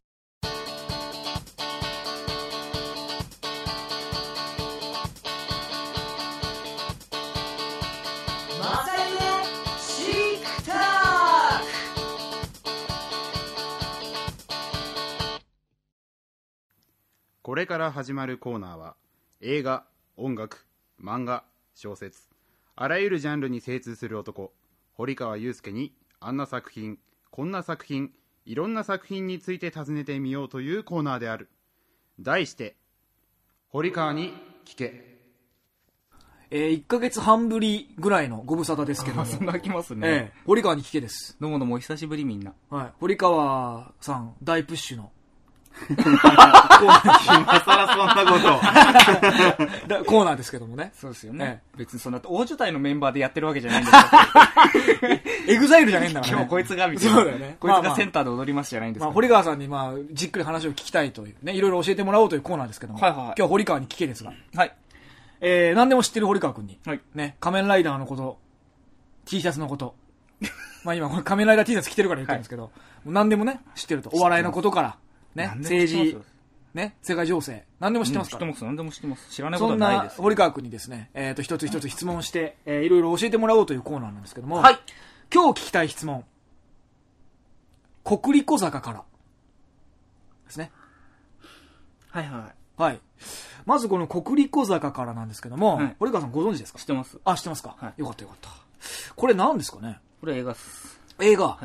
[SPEAKER 4] これから始まるコーナーは映画、音楽、漫画、小説あらゆるジャンルに精通する男堀川雄介にあんな作品こんな作品いろんな作品について尋ねてみようというコーナーである。題して堀川に聞け。
[SPEAKER 1] えー、いっかげつはんぶりぐらいのご無沙汰ですけども。
[SPEAKER 2] そんな来ますね、
[SPEAKER 1] えー、堀川に聞けです。
[SPEAKER 2] どうもどうもお久しぶりみんな。
[SPEAKER 1] はい、堀川さん大プッシュの
[SPEAKER 3] 今更そんな
[SPEAKER 1] ことコーナーですけどもね。
[SPEAKER 2] そうですよね、ええ、別にそんな大所帯のメンバーでやってるわけじゃないんですよ。
[SPEAKER 1] エグザイルじゃねえんだからね。
[SPEAKER 2] 今日こいつがみたいな。
[SPEAKER 1] そうだよね。
[SPEAKER 2] こいつがセンターで踊りますじゃないんですか、
[SPEAKER 1] まあまあ、堀川さんにまあじっくり話を聞きたいというね、いろいろ教えてもらおうというコーナーですけども、
[SPEAKER 2] はいはいはい、
[SPEAKER 1] 今日は堀川に聞けですが、
[SPEAKER 2] はい、
[SPEAKER 1] えー、何でも知ってる堀川君に、
[SPEAKER 2] はい、
[SPEAKER 1] ね、仮面ライダーのこと T シャツのことまあ今これ仮面ライダー T シャツ着てるから言ってるんですけど、はい、何でもね知ってると。お笑いのことからね、政治ね、世界情勢何でも知ってますから、
[SPEAKER 2] うん、知ってます。何でも知ってます。知らないことはないです。
[SPEAKER 1] そんな堀川君にですね、えー、と一つ一つ質問して、えー、いろいろ教えてもらおうというコーナーなんですけども、
[SPEAKER 2] はい、
[SPEAKER 1] 今日聞きたい質問、国立小坂からですね。
[SPEAKER 2] はいはい
[SPEAKER 1] はい。まずこの国立小坂からなんですけども、はい、堀川さんご存知ですか？
[SPEAKER 2] 知ってます。
[SPEAKER 1] あ、知ってますか？
[SPEAKER 2] はい、
[SPEAKER 1] よかったよかった。これ何ですかね？
[SPEAKER 2] これ映画っす。
[SPEAKER 1] 映画、
[SPEAKER 2] はい、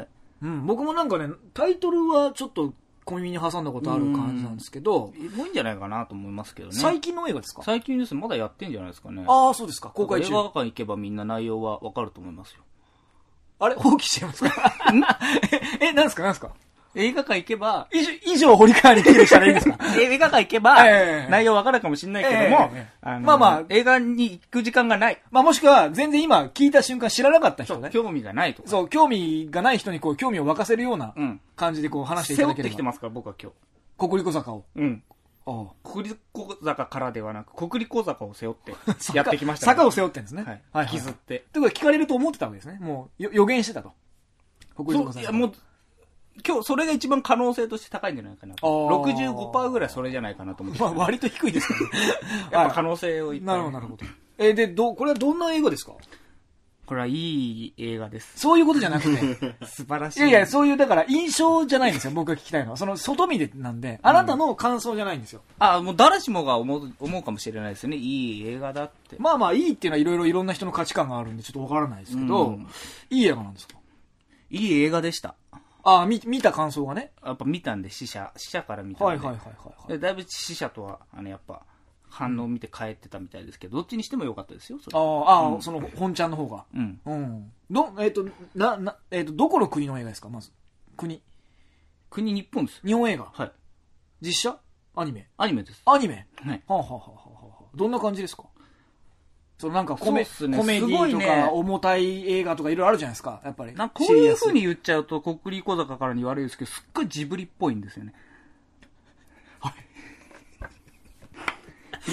[SPEAKER 1] うん、僕もなんかね、タイトルはちょっと小耳に挟んだことある感じなんですけど、
[SPEAKER 2] もういいんじゃないかなと思いますけどね。
[SPEAKER 1] 最近の映画ですか？
[SPEAKER 2] 最近ですまだやってんじゃないですかね。
[SPEAKER 1] ああ、そうですか。公開中。
[SPEAKER 2] 映画館行けばみんな内容はわかると思いますよ。
[SPEAKER 1] あれ放棄しちゃいますか？え、え、なんですかなんですか？
[SPEAKER 2] 映画館行けば、
[SPEAKER 1] 以上、以上堀川に来るしたらいいんですか？
[SPEAKER 2] 映画館行けば、えー、内容わかるかもしれないけども、えーえーあのー、まあまあ、映画に行く時間がない。
[SPEAKER 1] まあもしくは、全然今聞いた瞬間知らなかった人ね。
[SPEAKER 2] 興味がないとか。
[SPEAKER 1] そう、興味がない人にこう、興味を湧かせるような感じでこう話していただければ。
[SPEAKER 2] 背負ってきてますから、僕は今日。
[SPEAKER 1] 国立小坂を。
[SPEAKER 2] うん。ああ国立小坂からではなく、国立小坂を背負ってやってきました、ね。
[SPEAKER 1] 坂を背負ってんですね。
[SPEAKER 2] はい。はい、引きずって。
[SPEAKER 1] ということで聞かれると思ってたわけですね。もう、予言してたと。
[SPEAKER 2] 国立小坂。いや、もう、今日それが一番可能性として高いんじゃないかなと。ろくじゅうごパーセント ぐらいそれじゃないかなと思って。
[SPEAKER 1] まあ割と低いですからね。
[SPEAKER 2] やっぱ可能性をいっぱい。
[SPEAKER 1] なるほど、なるほど。えー、で、ど、これはどんな映画ですか？
[SPEAKER 2] これはいい映画です。
[SPEAKER 1] そういうことじゃなくて。
[SPEAKER 2] 素晴らしい。
[SPEAKER 1] いやいや、そういう、だから印象じゃないんですよ。僕が聞きたいのは。その外見でなんで、あなたの感想じゃないんですよ。
[SPEAKER 2] うん、あ、もう誰しもが思う、思うかもしれないですよね。いい映画だって。
[SPEAKER 1] まあまあ、いいっていうのはいろいろいろんな人の価値観があるんで、ちょっとわからないですけど、うん、いい映画なんですか？
[SPEAKER 2] いい映画でした。
[SPEAKER 1] ああ、見、見た感想がね。
[SPEAKER 2] やっぱ見たんで、死者、死者から見たんで。
[SPEAKER 1] はいはいはいはい、はい。
[SPEAKER 2] だいぶ死者とは、あの、やっぱ、反応を見て帰ってたみたいですけど、どっちにしても良かったですよ、それ。
[SPEAKER 1] ああ、ああ、その、本ちゃんの方が。
[SPEAKER 2] うん。
[SPEAKER 1] うん。ど、えっ、ー、と、な、な、えっ、ー、と、どこの国の映画ですか、まず。国。
[SPEAKER 2] 国、日本です。
[SPEAKER 1] 日本映画。
[SPEAKER 2] はい。
[SPEAKER 1] 実写？アニメ？
[SPEAKER 2] アニメです。
[SPEAKER 1] アニメ？
[SPEAKER 2] はい。
[SPEAKER 1] はあ、はあはあはあ、どんな感じですか？そのなんかコメ、
[SPEAKER 2] ね、
[SPEAKER 1] コメディとか、ね、重たい映画とかいろいろあるじゃないですか、やっぱり。
[SPEAKER 2] なんかこういう風に言っちゃうと、国立小坂からに悪いですけど、すっごいジブリっぽいんですよね。はい。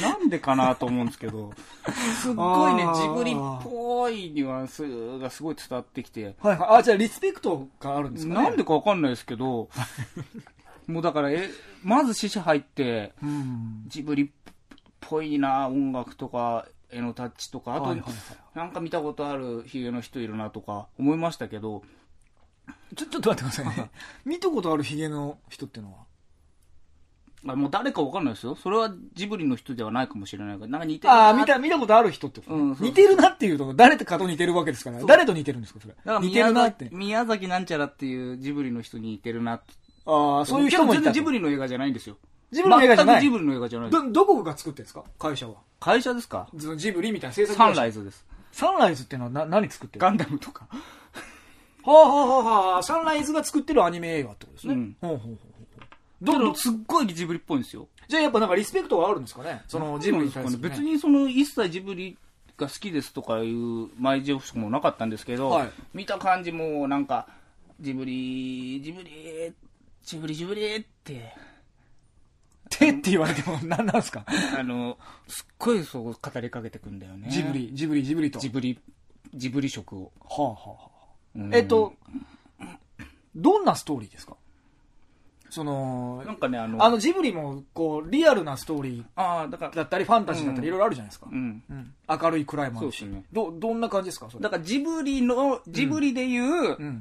[SPEAKER 2] なんでかなと思うんですけど、すっごいね、ジブリっぽいニュアンスがすごい伝わってきて。
[SPEAKER 1] はいはい。あ、じゃあリスペクトがあるんですかね。
[SPEAKER 2] なんでかわかんないですけど、もうだから、え、まず死者入って、
[SPEAKER 1] うん、
[SPEAKER 2] ジブリっぽいな、音楽とか、絵のタッチとか、あと、はいはいはい、なんか見たことあるヒゲの人いるなとか思いましたけど、
[SPEAKER 1] ちょ、ちょっと待ってくださいね。見たことあるヒゲの人ってのは
[SPEAKER 2] あ、もう誰かわかんないですよ。それはジブリの人ではないかもしれないから、なんか似てるな。
[SPEAKER 1] ああ、見た、見たことある人ってこと、ね、うん、似てるなっていうと、誰かと似てるわけですから、誰と似てるんですか、それ。
[SPEAKER 2] だから似てるなって。宮崎なんちゃらっていうジブリの人に似てるなって。
[SPEAKER 1] ああ、そういう人もいた。
[SPEAKER 2] 全然ジブリの映画じゃないんですよ。
[SPEAKER 1] ジブリの映画じゃない。
[SPEAKER 2] 全くジブリの映画じゃない。
[SPEAKER 1] ど、どこが作ってるんですか、会社は。
[SPEAKER 2] 会社ですか？
[SPEAKER 1] ジブリみたいな制作
[SPEAKER 2] サンライズです。
[SPEAKER 1] サンライズっていうのはな何作ってる？
[SPEAKER 2] ガンダムとか。
[SPEAKER 1] はあはあはあはあ、サンライズが作ってるアニメ映画ってことですね。うん。ほうほうほうほう。
[SPEAKER 2] どんどんすっごいジブリっぽいんですよ。
[SPEAKER 1] じゃあやっぱなんかリスペクトがあるんですかね、そのジブリに対する、ね。
[SPEAKER 2] 別にその一切ジブリが好きですとかいう前情報もなかったんですけど、はい、見た感じもなんかジブリ、ジブリ、ジブリジブリって。
[SPEAKER 1] てって言われても何なんですか？
[SPEAKER 2] あの、すっごいそう語りかけてくんだよね。
[SPEAKER 1] ジブリ、ジブリ、ジブリと。
[SPEAKER 2] ジブリ、ジブリ色を。
[SPEAKER 1] はあはあはあ。えっと、どんなストーリーですか？その、
[SPEAKER 2] なんかね、あの、
[SPEAKER 1] あのジブリも、こう、リアルなストーリー
[SPEAKER 2] あだから
[SPEAKER 1] だったり、ファンタジーだったり、いろいろあるじゃないですか。
[SPEAKER 2] うんうん、
[SPEAKER 1] 明るい暗いもあるし。
[SPEAKER 2] そうですね。
[SPEAKER 1] ど、どんな感じですか？それ。
[SPEAKER 2] だからジブリの、ジブリでいう、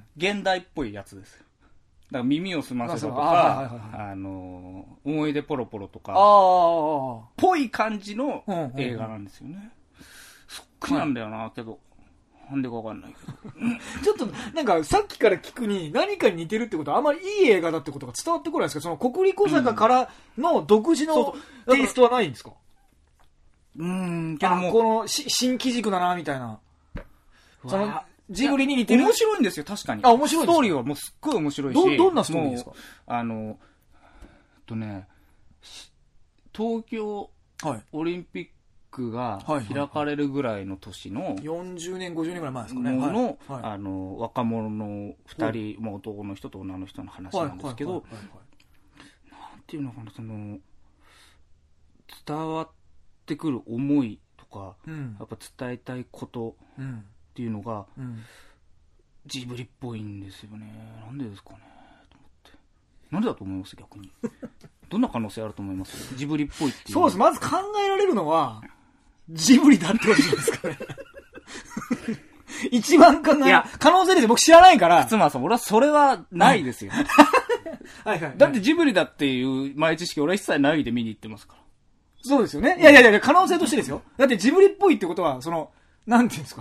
[SPEAKER 2] 現代っぽいやつです。だから耳をすませばとか、あの、思い出ポロポロとか、ぽい感じの映画なんですよね。そっくりなんだよな、けど。なんでかわかんないけ
[SPEAKER 1] ど。ちょっと、なんか、さっきから聞くに、何かに似てるってことは、あんまりいい映画だってことが伝わってこないですか？その、国立小坂からの独自のテイストはないんですか？
[SPEAKER 2] うーん、けども
[SPEAKER 1] この、新機軸だな、みたいな。その、ジブリに似てる。
[SPEAKER 2] 面白いんですよ、確かに。
[SPEAKER 1] あ、面白いです。
[SPEAKER 2] ストーリーはもうすっごい面白いし。
[SPEAKER 1] ど、どんなストーリーですか？
[SPEAKER 2] あの、とね、東京オリンピックが開かれるぐらいの年の、
[SPEAKER 1] よんじゅうねん、ごじゅうねんぐらい前ですかね。
[SPEAKER 2] の、はいはい、あの、若者の二人、まあ、男の人と女の人の話なんですけど、なんていうのかな、その、伝わってくる思いとか、うん、やっぱ伝えたいこと、うんっていうのが、うん、ジブリっぽいんですよね。なんでですかねと思って。なんでだと思います逆に。どんな可能性あると思いますジブリっぽいっていう。
[SPEAKER 1] そうです。まず考えられるのは、ジブリだってことじゃないですかね。一番考え、いや、可能性ですよ。僕知らないから。
[SPEAKER 2] つまさん、俺はそれはないですよ。
[SPEAKER 1] はいはい。
[SPEAKER 2] だってジブリだっていう前知識俺は一切ないで見に行ってますから。
[SPEAKER 1] そうですよね。いやいやいや、可能性としてですよ。だってジブリっぽいってことは、その、なんていうんですか。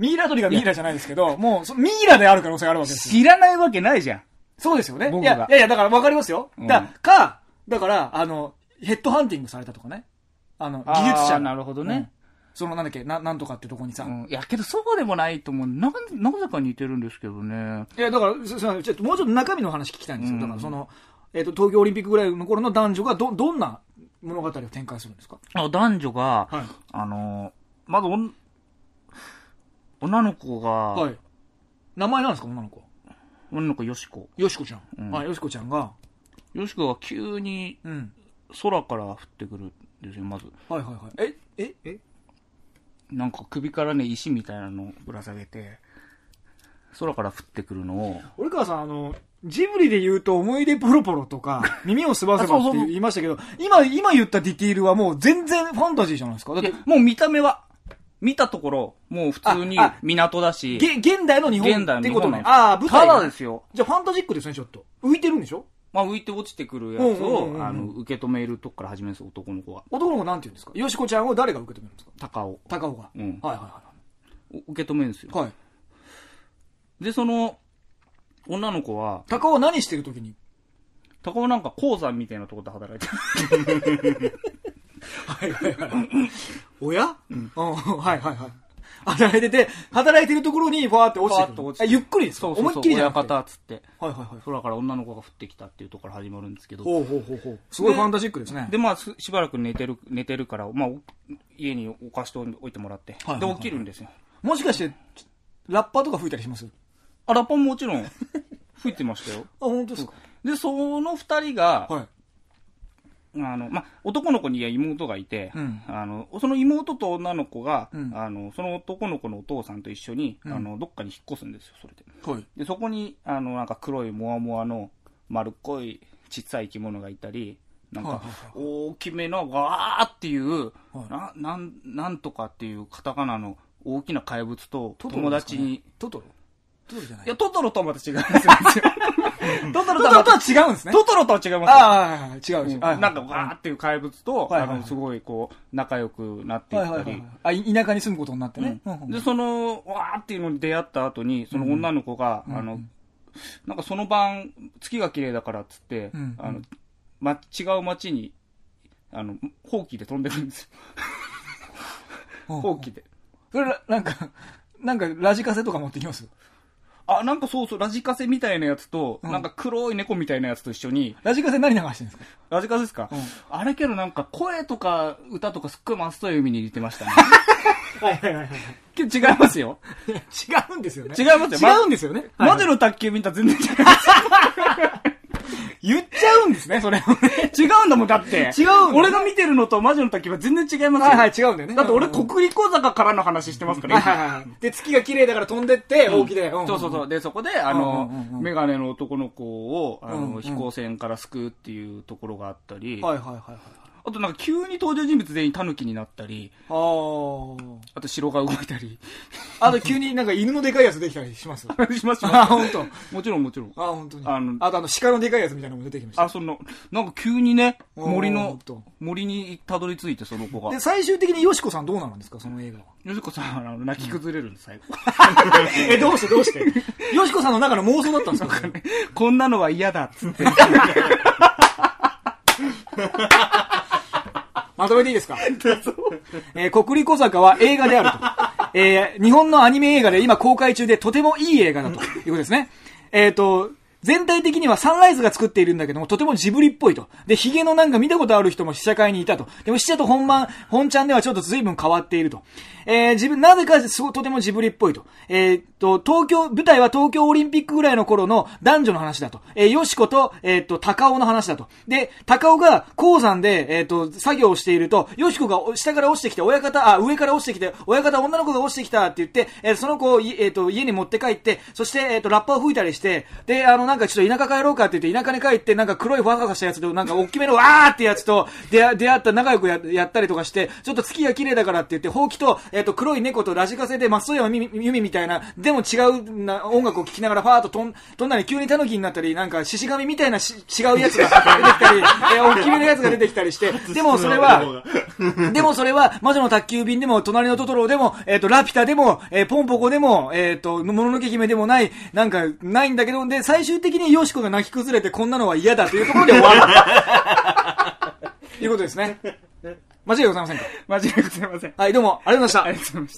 [SPEAKER 1] ミイラ取りがミイラじゃないですけど、もうそ、ミイラである可能性があるわけですよ。
[SPEAKER 2] 知らないわけないじゃん。
[SPEAKER 1] そうですよね。
[SPEAKER 2] 僕が
[SPEAKER 1] いや、いやいや、だから分かりますよ。だから、か、だから、あの、ヘッドハンティングされたとかね。あの、技術者。
[SPEAKER 2] なるほどね。うん、
[SPEAKER 1] その、なんだっけ、な、なんとかってとこにさ。うん、
[SPEAKER 2] いや、けどそうでもないと思う。な、なぜか似てるんですけどね。
[SPEAKER 1] いや、だから、す、す、ちょっともうちょっと中身の話聞きたいんですよ。うん、だから、その、えっと、東京オリンピックぐらいの頃の男女が、ど、どんな物語を展開するんですか？
[SPEAKER 2] あ、男女が、はい、あの、まずおん、女の子が、はい。
[SPEAKER 1] 名前なんですか、女の子？
[SPEAKER 2] 女の子、よしこ。
[SPEAKER 1] よしこちゃん。うん、はい、よしこちゃんが、
[SPEAKER 2] よしこが急に、空から降ってくるんですよ、まず。
[SPEAKER 1] はいはいはい。え、え、え
[SPEAKER 2] なんか首からね、石みたいなのをぶら下げて、空から降ってくるのを。
[SPEAKER 1] 俺川さん、あの、ジブリで言うと思い出ポロポロとか、耳をすばせばって言いましたけど、今、今言ったディティールはもう全然ファンタジーじゃないですか。だって、
[SPEAKER 2] もう見た目は、見たところ、もう普通に港だし。
[SPEAKER 1] げ、現代の日本ってことね。ああ、舞
[SPEAKER 2] 台。ただですよ。
[SPEAKER 1] じゃあファンタジックですね、ちょっと。浮いてるんでしょ？
[SPEAKER 2] まあ浮いて落ちてくるやつを、あの、受け止めるとこから始めるんですよ、男の子は。
[SPEAKER 1] 男の子なんて言うんですか？よしこちゃんを誰が受け止めるんですか？
[SPEAKER 2] 高尾。
[SPEAKER 1] 高尾が。
[SPEAKER 2] うん。
[SPEAKER 1] はいはいはい。
[SPEAKER 2] 受け止めるんですよ。
[SPEAKER 1] はい。
[SPEAKER 2] で、その、女の子は。
[SPEAKER 1] 高尾は何してるときに？
[SPEAKER 2] 高尾なんか鉱山みたいなところで働いてる。
[SPEAKER 1] はいはいはい。おや？うん。はいはいはい。働いてて、働いてるところにファーって落ちてくる。落ちてゆっくりですか？
[SPEAKER 2] そうそうそう。
[SPEAKER 1] 思いっきりじゃなくて。
[SPEAKER 2] 親方っつって。
[SPEAKER 1] はいはいはい。
[SPEAKER 2] 空から女の子が降ってきたっていうところから始まるんですけど。
[SPEAKER 1] ほうほうほうほう。すごいファンタジックですね。
[SPEAKER 2] で、まあ、しばらく寝てる、寝てるから、まあ、家にお菓子と置いてもらって。はいはいはい、で、起きるんですよ。
[SPEAKER 1] もしかして、ラッパーとか吹いたりします？
[SPEAKER 2] あ、ラッパーももちろん吹いてましたよ。
[SPEAKER 1] あ、本当ですか？
[SPEAKER 2] で、その二人が、
[SPEAKER 1] はい。
[SPEAKER 2] あの、ま、男の子には妹がいて、うん、あの、その妹と女の子が、うん、あの、その男の子のお父さんと一緒に、うん、あの、どっかに引っ越すんですよ、それで。はい。で、そこに、あの、なんか黒いモワモワの丸っこい小さい生き物がいたり、なんか、大きめのガーっていう、はい、な、なん、なんとかっていうカタカナの大きな怪物と友達に、
[SPEAKER 1] トトロ？トトロじゃない？
[SPEAKER 2] いや、トトロとはまた違うんですよ。
[SPEAKER 1] トトロとは違うんですね。
[SPEAKER 2] トトロとは違います。
[SPEAKER 1] ああ、違う、違う。
[SPEAKER 2] なんか、ガーっていう怪物と、あの、すごい、こう、仲良くなっていったり。
[SPEAKER 1] あ、田舎に住むことになってね。
[SPEAKER 2] で、その、わーっていうのに出会った後に、その女の子が、あの、なんかその晩、月が綺麗だからっつって、あの、ま、違う街に、あの、ほうきで飛んでるんですよ。ほうきで。
[SPEAKER 1] それ、なんか、なんか、ラジカセとか持ってきます？
[SPEAKER 2] あ、なんかそうそう、ラジカセみたいなやつと、うん、なんか黒い猫みたいなやつと一緒に。
[SPEAKER 1] ラジカセ何流してるんですか？
[SPEAKER 2] ラジカセですか、うん、あれけどなんか声とか歌とかすっごいマスト海に入れてましたね。
[SPEAKER 1] はいはいはいはい。
[SPEAKER 2] けど違いますよ。
[SPEAKER 1] 違うんですよね。
[SPEAKER 2] 違いますよ。
[SPEAKER 1] 違うんですよね。
[SPEAKER 2] 魔女の宅急便とは全然違います。
[SPEAKER 1] 言っちゃうんですね、それをね。
[SPEAKER 2] 違うんだもん、だって。
[SPEAKER 1] 違う
[SPEAKER 2] 俺が見てるのと魔女の滝は全然違いますよ。
[SPEAKER 1] はいはい、違うんだよね。
[SPEAKER 2] だって俺、国立小坂からの話してますからね。
[SPEAKER 1] はいはいはい。で、月が綺麗だから飛んでって、大きで。
[SPEAKER 2] そうそうそう。で、そこで、あの、メガネの男の子を、あの、飛行船から救うっていうところがあったり。
[SPEAKER 1] はいはいはいはい。
[SPEAKER 2] あとなんか急に登場人物全員タヌキになったり。ああ。あと城が動いたり。
[SPEAKER 1] あと急になんか犬のでかいやつできたりします？
[SPEAKER 2] しますします。
[SPEAKER 1] あ、本当。
[SPEAKER 2] もちろんもちろん。
[SPEAKER 1] あ、本当に。あの、あとあの鹿のでかいやつみたいなのも出てきました。
[SPEAKER 2] あ、その、なんか急にね、森の、森にたどり着いてその子が。
[SPEAKER 1] で、最終的によしこさんどうなるんですか、その映画は。
[SPEAKER 2] よしこさんは泣き崩れるんです、最後。
[SPEAKER 1] え、どうしてどうしてよしこさんの中の妄想だったんですかね。
[SPEAKER 2] こんなのは嫌だっつって。
[SPEAKER 1] まとめていいですかえー、国立小坂は映画であると。えー、日本のアニメ映画で今公開中でとてもいい映画だということですね。えっと、全体的にはサンライズが作っているんだけども、とてもジブリっぽいと。で、ヒゲのなんか見たことある人も試写会にいたと。でも試写と本番、本ちゃんではちょっと随分変わっていると。えー、自分、なぜかすごいとてもジブリっぽいと。えー、っと、東京、舞台は東京オリンピックぐらいの頃の男女の話だと。えー、よしこと、えー、っと、高尾の話だと。で、高尾が鉱山で、えー、っと、作業をしていると、よしこが下から落ちてきて、親方、あ、上から落ちてきて、親方、女の子が落ちてきたって言って、えー、その子を、えー、っと、家に持って帰って、そして、えー、っと、ラッパを吹いたりして、で、あの、 なんかちょっと田舎帰ろうかって言って、田舎に帰って、なんか黒いファサファしたやつと、なんか大きめのわーってやつと出、出会った仲良く や, やったりとかして、ちょっと月が綺麗だからって言って、ほうきと、えっ、ー、と、黒い猫とラジカセで、まっそい弓みたいな、でも違うな音楽を聴きながら、ファーっと飛ん飛んだり、急にタヌキになったり、なんか獅子神みたいなし違うやつが出てきたり、えー、大きめのやつが出てきたりして、でもそれは、でもそれは、魔女の宅急便でも、隣のトトロでも、えっ、ー、と、ラピュタでも、えー、ポンポコでも、えっ、ー、と、もののけ姫でもない、なんか、ないんだけど、で、最終的にヨシコが泣き崩れて、こんなのは嫌だというところで終わる。ということですね。間違いございませんか？
[SPEAKER 2] 間違いございません。
[SPEAKER 1] はい、どうも、ありがとうございました。
[SPEAKER 2] ありがとうございました。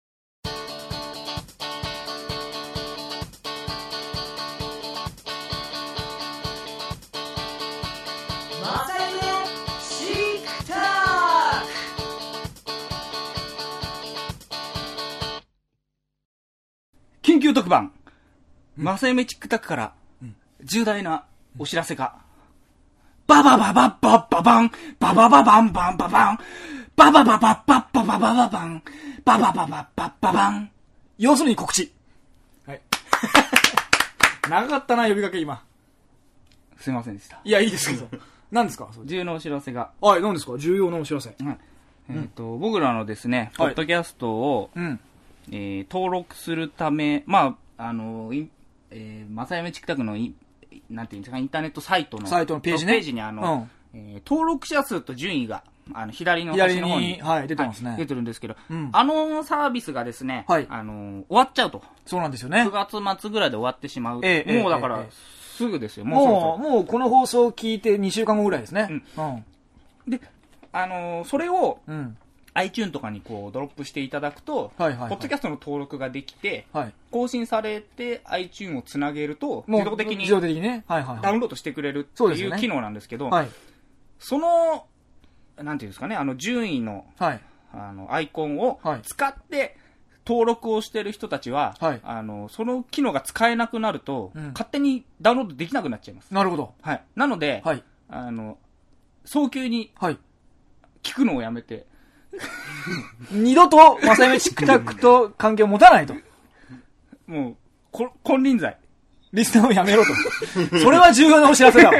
[SPEAKER 2] 緊急特番、マサユメチックタックから重大なお知らせが、バババババババン、ババババンバンババン、ババババババババババン、バババババババン。
[SPEAKER 1] 要するに告知。はい。長かったな、呼びかけ今。
[SPEAKER 2] すいませんでした。
[SPEAKER 1] いや、いいですけど。何ですか？
[SPEAKER 2] 重要なお知らせが。
[SPEAKER 1] はい、何ですか？重要なお知らせ。はい。
[SPEAKER 2] えっと、僕らのですね、ポッドキャストを、うん。えー、登録するため、まあ、あの、えー、マサヤメチクタクのい、なんていうんですか、インターネットサイトの、
[SPEAKER 1] サイトのページね。
[SPEAKER 2] ページにあの、うん、えー、登録者数と順位が、あの、左の端の方に、
[SPEAKER 1] はい、出てますね、
[SPEAKER 2] はい。出てるんですけど、うん、あのサービスがですね、はい、あの、終わっちゃうと。
[SPEAKER 1] そうなんですよね。
[SPEAKER 2] くがつ末ぐらいで終わってしまう。
[SPEAKER 1] ええ、
[SPEAKER 2] もうだから、ええ、すぐですよ、
[SPEAKER 1] もうそろそろ。もう、もうこの放送を聞いてにしゅうかんごぐらいですね。うん。うん、
[SPEAKER 2] で、あの、それを、うん、iTunes とかにこうドロップしていただくと、はいはいはい、ポッドキャストの登録ができて、はい、更新されて iTunes をつなげると自動的に
[SPEAKER 1] 自動的にね、はいはいはい、
[SPEAKER 2] ダウンロードしてくれるっていう機能なんですけど、はい、そのなんていうんですかね、あの順位の、はい、あのアイコンを使って登録をしてる人たちは、はい、あのその機能が使えなくなると、うん、勝手にダウンロードできなくなっちゃいます。
[SPEAKER 1] なるほど。
[SPEAKER 2] はい。なので、はい、あの早急に聞くのをやめて。
[SPEAKER 1] 二度とマサヤメチックタックと関係を持たないと。
[SPEAKER 2] もう、こ金輪際。
[SPEAKER 1] リスナーをやめろと。それは重要なお知らせだ。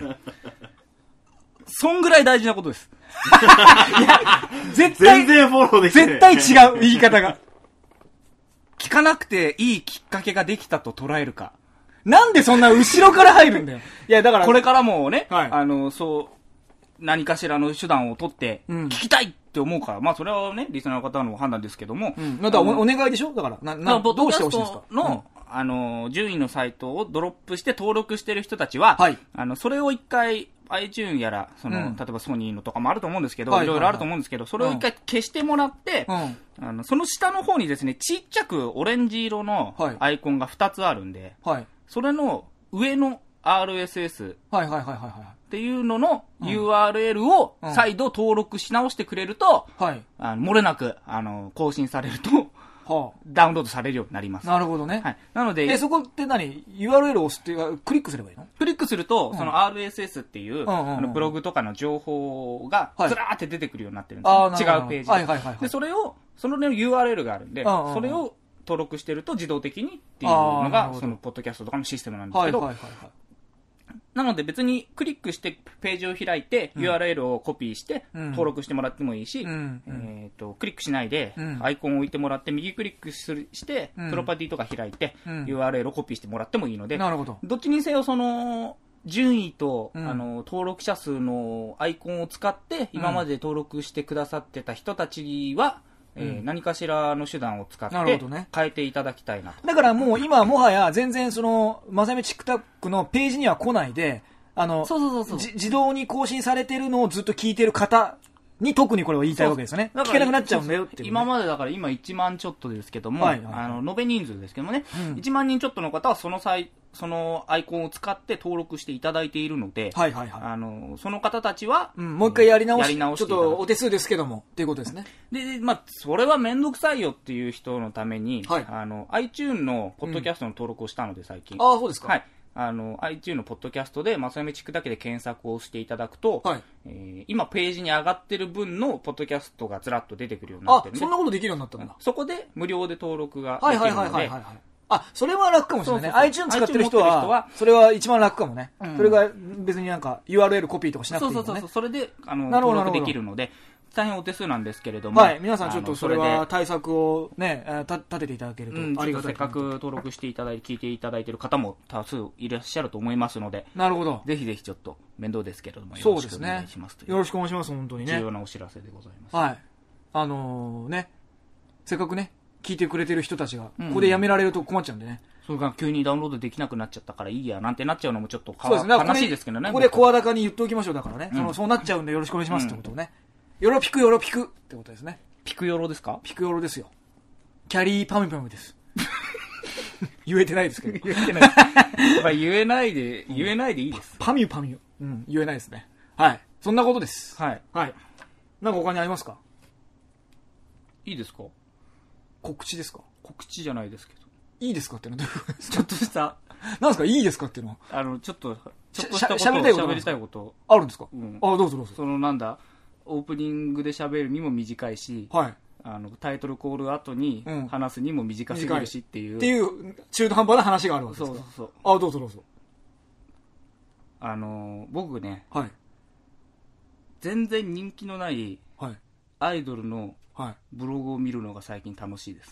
[SPEAKER 2] そんぐらい大事なことです。
[SPEAKER 1] いや、絶対、
[SPEAKER 3] 全然フォローできない。
[SPEAKER 1] 絶対違う、言い方が。
[SPEAKER 2] 聞かなくていいきっかけができたと捉えるか。
[SPEAKER 1] なんでそんな後ろから入るんだよ。いや、だから。
[SPEAKER 2] これからもね、
[SPEAKER 1] はい、
[SPEAKER 2] あの、そう、何かしらの手段を取って、聞きたいって思うから、うん、まあそれはね、リスナーの方の判断ですけども。
[SPEAKER 1] うん。だからお、お願いでしょだから。な、な、どうしてほしいんですか
[SPEAKER 2] の、うん、あの、順位のサイトをドロップして登録してる人たちは、はい。あの、それを一回、iTunes やら、その、うん、例えばソニーのとかもあると思うんですけど、はい、いろいろあると思うんですけど、それを一回消してもらって、うん、あの、その下の方にですね、ちっちゃくオレンジ色のアイコンがふたつあるんで、はい。それの上の アールエスエス。
[SPEAKER 1] はいはいはいはいはい。
[SPEAKER 2] っていうのの ユーアールエル を再度登録し直してくれると、うんはい、あの漏れなくあの更新されると、はあ、ダウンロードされるようになります。
[SPEAKER 1] なるほどね。
[SPEAKER 2] はい。なので、
[SPEAKER 1] え、そこって何 ?ユーアールエル を押すっていうか、クリックすればいいの？
[SPEAKER 2] クリックすると、うん、その アールエスエス っていう、うんうんうん、あのブログとかの情報がずらーって出てくるようになってるんですよ、はい、違うページで。はいはいはいはい、で、それを、その、ね、ユーアールエル があるんで、うんうんうん、それを登録してると自動的にっていうのが、そのポッドキャストとかのシステムなんですけど、はいはいはいはい、なので別にクリックしてページを開いて ユーアールエル をコピーして登録してもらってもいいし、うんえー、とクリックしないでアイコンを置いてもらって右クリックするしてプロパティとか開いて ユーアールエル をコピーしてもらってもいいので、
[SPEAKER 1] なるほど。
[SPEAKER 2] どっちにせよその順位と、うん、あの登録者数のアイコンを使って今まで登録してくださってた人たちは、うんえー、何かしらの手段を使って変えていただきたいなと。
[SPEAKER 1] だからもう今もはや全然そのマサヤメチックタックのページには来ないで、あの
[SPEAKER 2] そうそうそうそう
[SPEAKER 1] 自動に更新されてるのをずっと聞いてる方に特にこれを言いたいわけですよね。聞けなくなっちゃうんだよっていう、ね、
[SPEAKER 2] 今までだから今いちまんちょっとですけども、はいはいはい、あの延べ人数ですけどもね、うん、いちまんにんちょっとの方はその際そのアイコンを使って登録していただいているので、はいはいはい、あのその方たちは、
[SPEAKER 1] うん、もう一回やり直し、ちょっとお手数ですけどもっていうことですね。
[SPEAKER 2] で、まあそれは面倒くさいよっていう人のために、はい、あの iTunes のポッドキャストの登録をしたので最近。
[SPEAKER 1] うん、ああそうですか。
[SPEAKER 2] はい。あの iTunes のポッドキャストでマサヤメチックだけで検索をしていただくと、はいえー、今ページに上がってる分のポッドキャストがずらっと出てくるようになってるんで、
[SPEAKER 1] あ、そんなことできるようになったんだ。
[SPEAKER 2] そこで無料で登録ができるので、はいはいはいはいはい。
[SPEAKER 1] あ、それは楽かもしれないね。iTunes 使ってる人は、それは一番楽かもね。うん、それが別になんか ユーアールエル コピーとかしなくていいもんね。
[SPEAKER 2] そうそうそう。それで、あの、登録できるので、大変お手数なんですけれども。
[SPEAKER 1] はい。皆さんちょっとそれは対策をね、た立てていただけるとありがたい、うん。
[SPEAKER 2] せっかく登録していただいて、聞いていただいている方も多数いらっしゃると思いますので。
[SPEAKER 1] なるほど。
[SPEAKER 2] ぜひぜひちょっと面倒ですけれども、
[SPEAKER 1] よろしくお願いしますという。よろしくお願いします、本当にね。
[SPEAKER 2] 重要なお知らせでございます。
[SPEAKER 1] はい。あのー、ね、せっかくね、聞いてくれてる人たちが、ここでやめられると困っちゃうんでね。
[SPEAKER 2] それが急にダウンロードできなくなっちゃったからいいやなんてなっちゃうのもちょっとか、ね、悲しいですけどね。
[SPEAKER 1] ここで声高に言っておきましょう。だからね、うん、そのそうなっちゃうんでよろしくお願いしますってことをね。よろぴくよろぴくってことですね。
[SPEAKER 2] ピクヨロですか？
[SPEAKER 1] ピクヨロですよ。キャリーパムパムです。言えてないですけど。
[SPEAKER 2] 言えてない。まあ言えないで、言えないでいいです。
[SPEAKER 1] パミュパミュ。うん、言えないですね。はい。そんなことです。
[SPEAKER 2] はい。
[SPEAKER 1] はい。なんか他にありますか？
[SPEAKER 2] いいですか？
[SPEAKER 1] 告知ですか？
[SPEAKER 2] 告知じゃないですけど。
[SPEAKER 1] いいですかってのはどういうことですか？
[SPEAKER 2] ちょっとした。
[SPEAKER 1] なんですかいいですかっていうのは。
[SPEAKER 2] あの、ちょっと、ちょっとしたこと
[SPEAKER 1] 喋りたいこと。
[SPEAKER 2] 喋りたいこと。
[SPEAKER 1] あるんですか？
[SPEAKER 2] うん。
[SPEAKER 1] あ、どうぞどうぞ。
[SPEAKER 2] そのなんだ、オープニングで喋るにも短いし、
[SPEAKER 1] はい。
[SPEAKER 2] あの、タイトルコール後に話すにも短すぎるしっていう。
[SPEAKER 1] っていう、中途半端な話があるわけですか？
[SPEAKER 2] そうそうそう。
[SPEAKER 1] あ、どうぞどうぞ。
[SPEAKER 2] あの、僕ね、
[SPEAKER 1] はい。
[SPEAKER 2] 全然人気のない、
[SPEAKER 1] はい。
[SPEAKER 2] アイドルの、
[SPEAKER 1] はい。
[SPEAKER 2] ブログを見るのが最近楽しいです。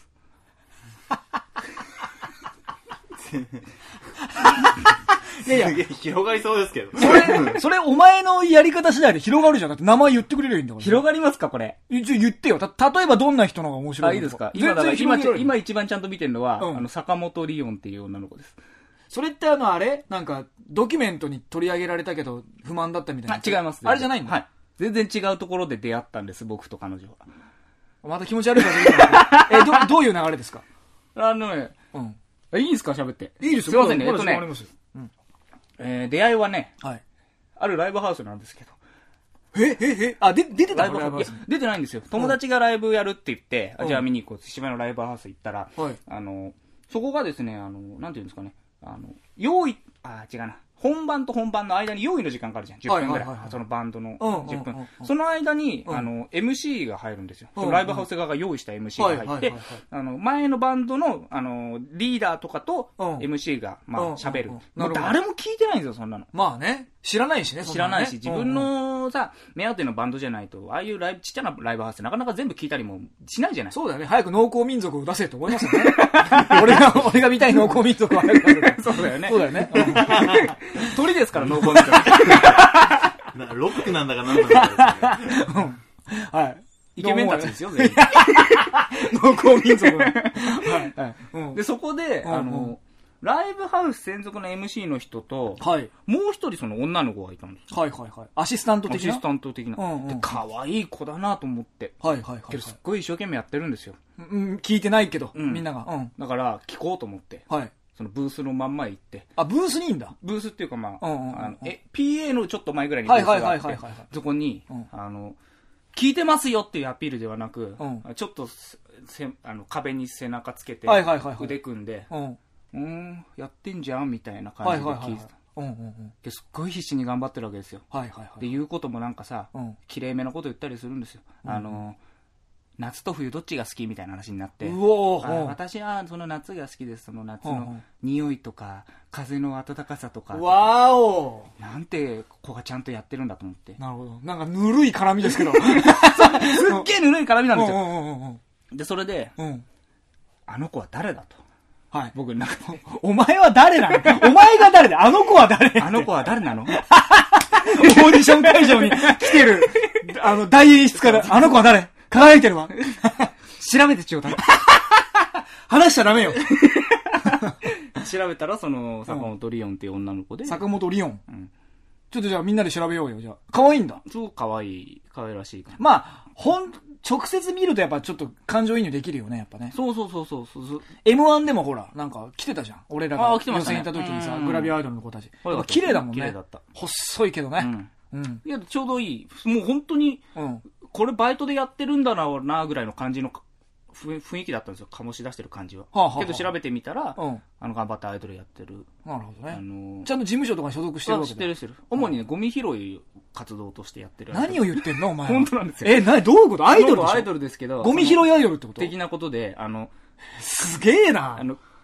[SPEAKER 3] いやいや、広がりそうですけど。
[SPEAKER 1] それ、それお前のやり方次第で広がるじゃん。だって名前言ってくれるよいいんだから。
[SPEAKER 2] 広がりますかこれ。
[SPEAKER 1] 一応言ってよ。た、例えばどんな人の方が面白いのか。
[SPEAKER 2] あ、いいですか。今だから今、今一番ちゃんと見てるのは、うん、あの、坂本リオンっていう女の子です。
[SPEAKER 1] それってあの、あれなんか、ドキュメントに取り上げられたけど、不満だったみたいな。
[SPEAKER 2] あ、違います。
[SPEAKER 1] あれじゃないんだ。
[SPEAKER 2] はい。全然違うところで出会ったんです、僕と彼女は。
[SPEAKER 1] また気持ち悪いからえ、ど、どういう流れですか？
[SPEAKER 2] あのね、
[SPEAKER 1] うん。
[SPEAKER 2] いいんですか喋って。
[SPEAKER 1] いいですよ。
[SPEAKER 2] すいませんね。えっとね、
[SPEAKER 1] うん、
[SPEAKER 2] えー、出会いはね、
[SPEAKER 1] はい。
[SPEAKER 2] あるライブハウスなんですけど。
[SPEAKER 1] え、え、え、あ、で、出てた
[SPEAKER 2] ライブハウス。出てないんですよ。友達がライブやるって言って、うん、じゃあ見に行こう。芝居のライブハウス行ったら、
[SPEAKER 1] はい、
[SPEAKER 2] あの、そこがですね、あの、なんていうんですかね、あの、用意、あ、違うな。本番と本番の間に用意の時間があるじゃん。じゅっぷんぐらい。はいはいはいはい、そのバンドのじゅっぷん。うんうんうん、その間に、うん、あの、エムシー が入るんですよ。うんうん、そのライブハウス側が用意した エムシー が入って、あの、前のバンドの、あの、リーダーとかと エムシー が、まあ、喋る。もう誰も聞いてないんですよ、そんなの。
[SPEAKER 1] まあね。知らないしね、
[SPEAKER 2] 知らないし、自分のさ、目当てのバンドじゃないと、ああいうライブ、ちっちゃなライブハウスなかなか全部聞いたりもしないじゃない。
[SPEAKER 1] そうだよね。早く農耕民族を出せと思いますよね。俺が、俺が見たい農耕民族は早く出せ。
[SPEAKER 2] そうだよね。
[SPEAKER 1] そうだよね。
[SPEAKER 2] 鳥ですから、農耕民族。
[SPEAKER 3] ロックなんだかなんだか。
[SPEAKER 1] はい。
[SPEAKER 2] イケメンたちですよ、全員。
[SPEAKER 1] 農耕民族。は
[SPEAKER 2] い。で、そこで、あの、ライブハウス専属の エムシー の人と、はい、もう一人その女の子がいたんです。
[SPEAKER 1] はいはいはい。アシスタント的な
[SPEAKER 2] アシスタント的な。うんうん、で、可愛い子だなと思って。
[SPEAKER 1] はいはいはい、はい。
[SPEAKER 2] けどすっごい一生懸命やってるんですよ。
[SPEAKER 1] うん、聞いてないけど、うん、みんなが。うん。
[SPEAKER 2] だから、聞こうと思って。はい。そのブースのまんま行って。
[SPEAKER 1] あ、ブースにいいんだ。
[SPEAKER 2] ブースっていうかまあ、うんうんうん、あの、え、ピーエー のちょっと前ぐらいにブースがあって、はいはいはいはい、はい。そこに、うん、あの、聞いてますよっていうアピールではなく、うん、ちょっとせあの壁に背中つけて、はいはいはいはい、腕組んで、うんうーん、やってんじゃんみたいな感じで聞いてた。ですっごい必死に頑張ってるわけですよ。はいはいはい、で、言うこともなんかさ、うん、綺麗めなこと言ったりするんですよ。うん、あの、夏と冬どっちが好きみたいな話になって、うおー私はその夏が好きです。その夏の匂いとか、風の暖かさとか。
[SPEAKER 1] わお
[SPEAKER 2] なんて子がちゃんとやってるんだと思って。
[SPEAKER 1] なるほど。なんかぬるい絡みですけど。
[SPEAKER 2] すっげえぬるい絡みなんですよ。で、それで、うん、あの子は誰だと。はい。僕、なんか、
[SPEAKER 1] お前は誰なのお前が誰だあの子は誰
[SPEAKER 2] あの子は誰なのオー
[SPEAKER 1] ディション会場に来てる、あの、大演出から、あの子は誰輝いてるわ。
[SPEAKER 2] 調べてちょうだい。
[SPEAKER 1] 話しちゃダメよ。
[SPEAKER 2] 調べたら、その、坂本リオンっていう女の子で。
[SPEAKER 1] 坂本リオン。うん。ちょっとじゃあみんなで調べようよ、じゃあ。可愛いんだ。
[SPEAKER 2] そう、可愛い、可愛らしいから。
[SPEAKER 1] まあ、ほん、直接見るとやっぱちょっと感情移入できるよね、やっぱね。
[SPEAKER 2] そうそうそうそうそう。
[SPEAKER 1] エムワン でもほら、なんか来てたじゃん。俺らが予選行った時にさ、グラビアアイドルの子たち。やっぱ綺麗だもんね。綺麗だった。細いけどね。
[SPEAKER 2] うん。うん。いや、ちょうどいい。もう本当に、うん。これバイトでやってるんだな、ぐらいの感じの雰囲気だったんですよ。醸し出してる感じは。はあはあ、けど調べてみたら、うん、あの、頑張ってアイドルやってる。
[SPEAKER 1] なるほどね。あのー、ちゃんと事務所とかに所属してるわけだ。
[SPEAKER 2] 知ってるしてる。主にね、ゴミ拾い活動としてやってる。
[SPEAKER 1] 何を言ってんのお前。
[SPEAKER 2] 本当なんですよ。
[SPEAKER 1] え、なに、どういうことアイドルでしょ
[SPEAKER 2] アイドルですけど。
[SPEAKER 1] ゴミ拾いアイドルってこと
[SPEAKER 2] 的なことで、あの、
[SPEAKER 1] すげえな。
[SPEAKER 2] あの、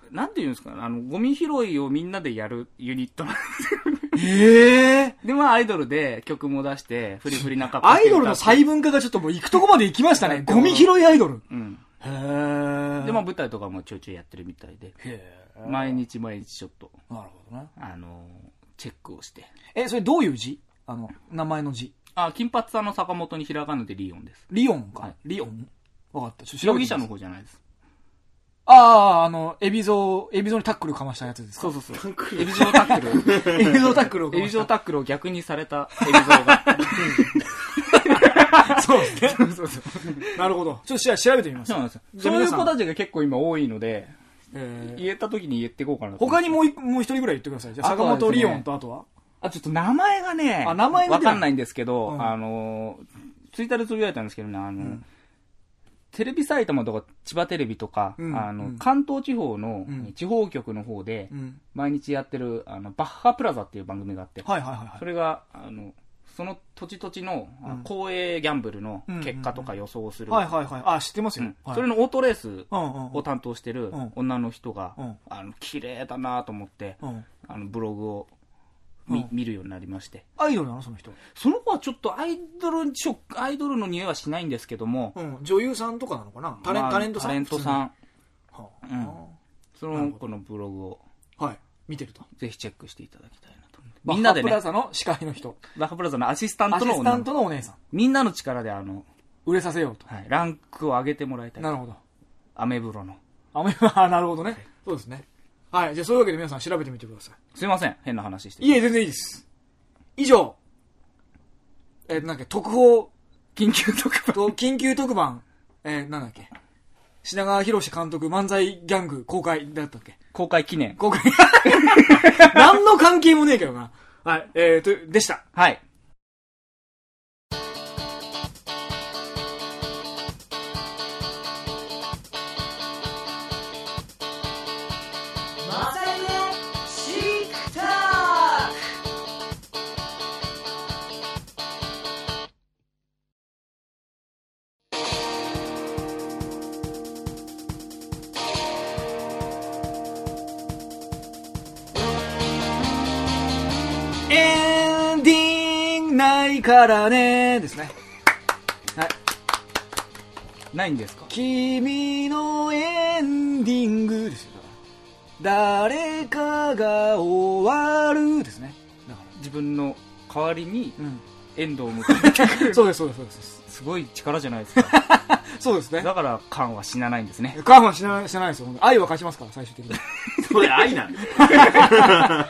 [SPEAKER 2] なんていうんですか、あの、ゴミ拾いをみんなでやるユニットなんですよね。
[SPEAKER 1] へえ。
[SPEAKER 2] で、まあ、アイドルで曲も出して、フリフリな格好
[SPEAKER 1] アイドルの細分化がちょっともう行くとこまで行きましたね。ゴミ拾いアイドル。
[SPEAKER 2] うん。
[SPEAKER 1] へー。
[SPEAKER 2] で、まあ、舞台とかもちょいちょいやってるみたいで。へー。毎日毎日ちょっと。
[SPEAKER 1] なるほどね。
[SPEAKER 2] あの、チェックをして。
[SPEAKER 1] え、それどういう字？あの、名前の字。
[SPEAKER 2] あ、金髪さんの坂本にひらがなでリオンです。
[SPEAKER 1] リオンか。
[SPEAKER 2] はい、
[SPEAKER 1] リオン？わかった。
[SPEAKER 2] 容疑者の方じゃないです。
[SPEAKER 1] ああ、あの、エビゾウ、エビゾウにタックルかましたやつですか？
[SPEAKER 2] そうそうそう。エビゾウタックル。
[SPEAKER 1] エビゾウタックルを
[SPEAKER 2] エビゾウタックルを逆にされたエビゾウが。
[SPEAKER 1] そうですね。そうそうそう。なるほど。ちょっと調べてみます。
[SPEAKER 2] そうなんですよ。そういう子たちが結構今多いので、えー、言えた時に言っていこうかな。
[SPEAKER 1] 他にもうもう一人ぐらい言ってください。じゃあ、坂本リオンとあとは
[SPEAKER 2] あ、ちょっと名前がね、
[SPEAKER 1] あ、名前
[SPEAKER 2] わかんないんですけど、
[SPEAKER 1] うん、
[SPEAKER 2] あの、ツイッターでつぶやいたんですけどね、あの、うんテレビ埼玉とか千葉テレビとか、うん、あの、うん、関東地方の、うん、地方局の方で、毎日やってる、あの、バッハプラザっていう番組があって、
[SPEAKER 1] はいはいはいはい、
[SPEAKER 2] それが、あの、その土地土地の、うん、公営ギャンブルの結果とか予想する。
[SPEAKER 1] はいはいはい。あ、知ってますよ。うん
[SPEAKER 2] はい、それのオートレースを担当してる女の人が、うん、あの、綺麗だなと思って、うん、あの、ブログを、見, 見るようになりまして。
[SPEAKER 1] アイドルなのその人。
[SPEAKER 2] その子はちょっとアイドル、アイドルの匂いはしないんですけども。
[SPEAKER 1] うん、女優さんとかなのかなタレ、まあ、タレントさん
[SPEAKER 2] タレントさん。は
[SPEAKER 1] あ
[SPEAKER 2] うん、その子のブログを。
[SPEAKER 1] はい。見てると。
[SPEAKER 2] ぜひチェックしていただきたいなと。みんなでね。
[SPEAKER 1] バッハプラザの司会の人。
[SPEAKER 2] バッハプラザのアシスタントの
[SPEAKER 1] アシスタントのお姉さん。
[SPEAKER 2] みんなの力であの、
[SPEAKER 1] 売れさせようと。
[SPEAKER 2] はい。ランクを上げてもらいたい。
[SPEAKER 1] なるほど。
[SPEAKER 2] アメブロの。
[SPEAKER 1] アメブロ、あ、なるほどね。そうですね。はい。じゃあそういうわけで皆さん調べてみてください。
[SPEAKER 2] すいません。変な話して。
[SPEAKER 1] いえ、全然いいです。以上、えー、なんだっけ、特報、
[SPEAKER 2] 緊急特番。
[SPEAKER 1] 緊急特番、えー、なんだっけ、品川博監督漫才ギャング公開だったっけ
[SPEAKER 2] 公開記念。
[SPEAKER 1] 公開。何の関係もねえけどな。はい、えー、と、でした。
[SPEAKER 2] はい。
[SPEAKER 1] エンディングないからねですね。はい。
[SPEAKER 2] ないんですか？
[SPEAKER 1] 君のエンディングですよ。誰かが終わるですね。
[SPEAKER 2] だから自分の代わりに、うん、遠藤を迎えて
[SPEAKER 1] そうですそうですそうです。
[SPEAKER 2] すごい力じゃないですか。
[SPEAKER 1] そうですね。
[SPEAKER 2] だからカンは死なないんですね。
[SPEAKER 1] カンは死なない、死なないですよ。愛は勝ちますから最終的に。
[SPEAKER 3] それ愛なんです。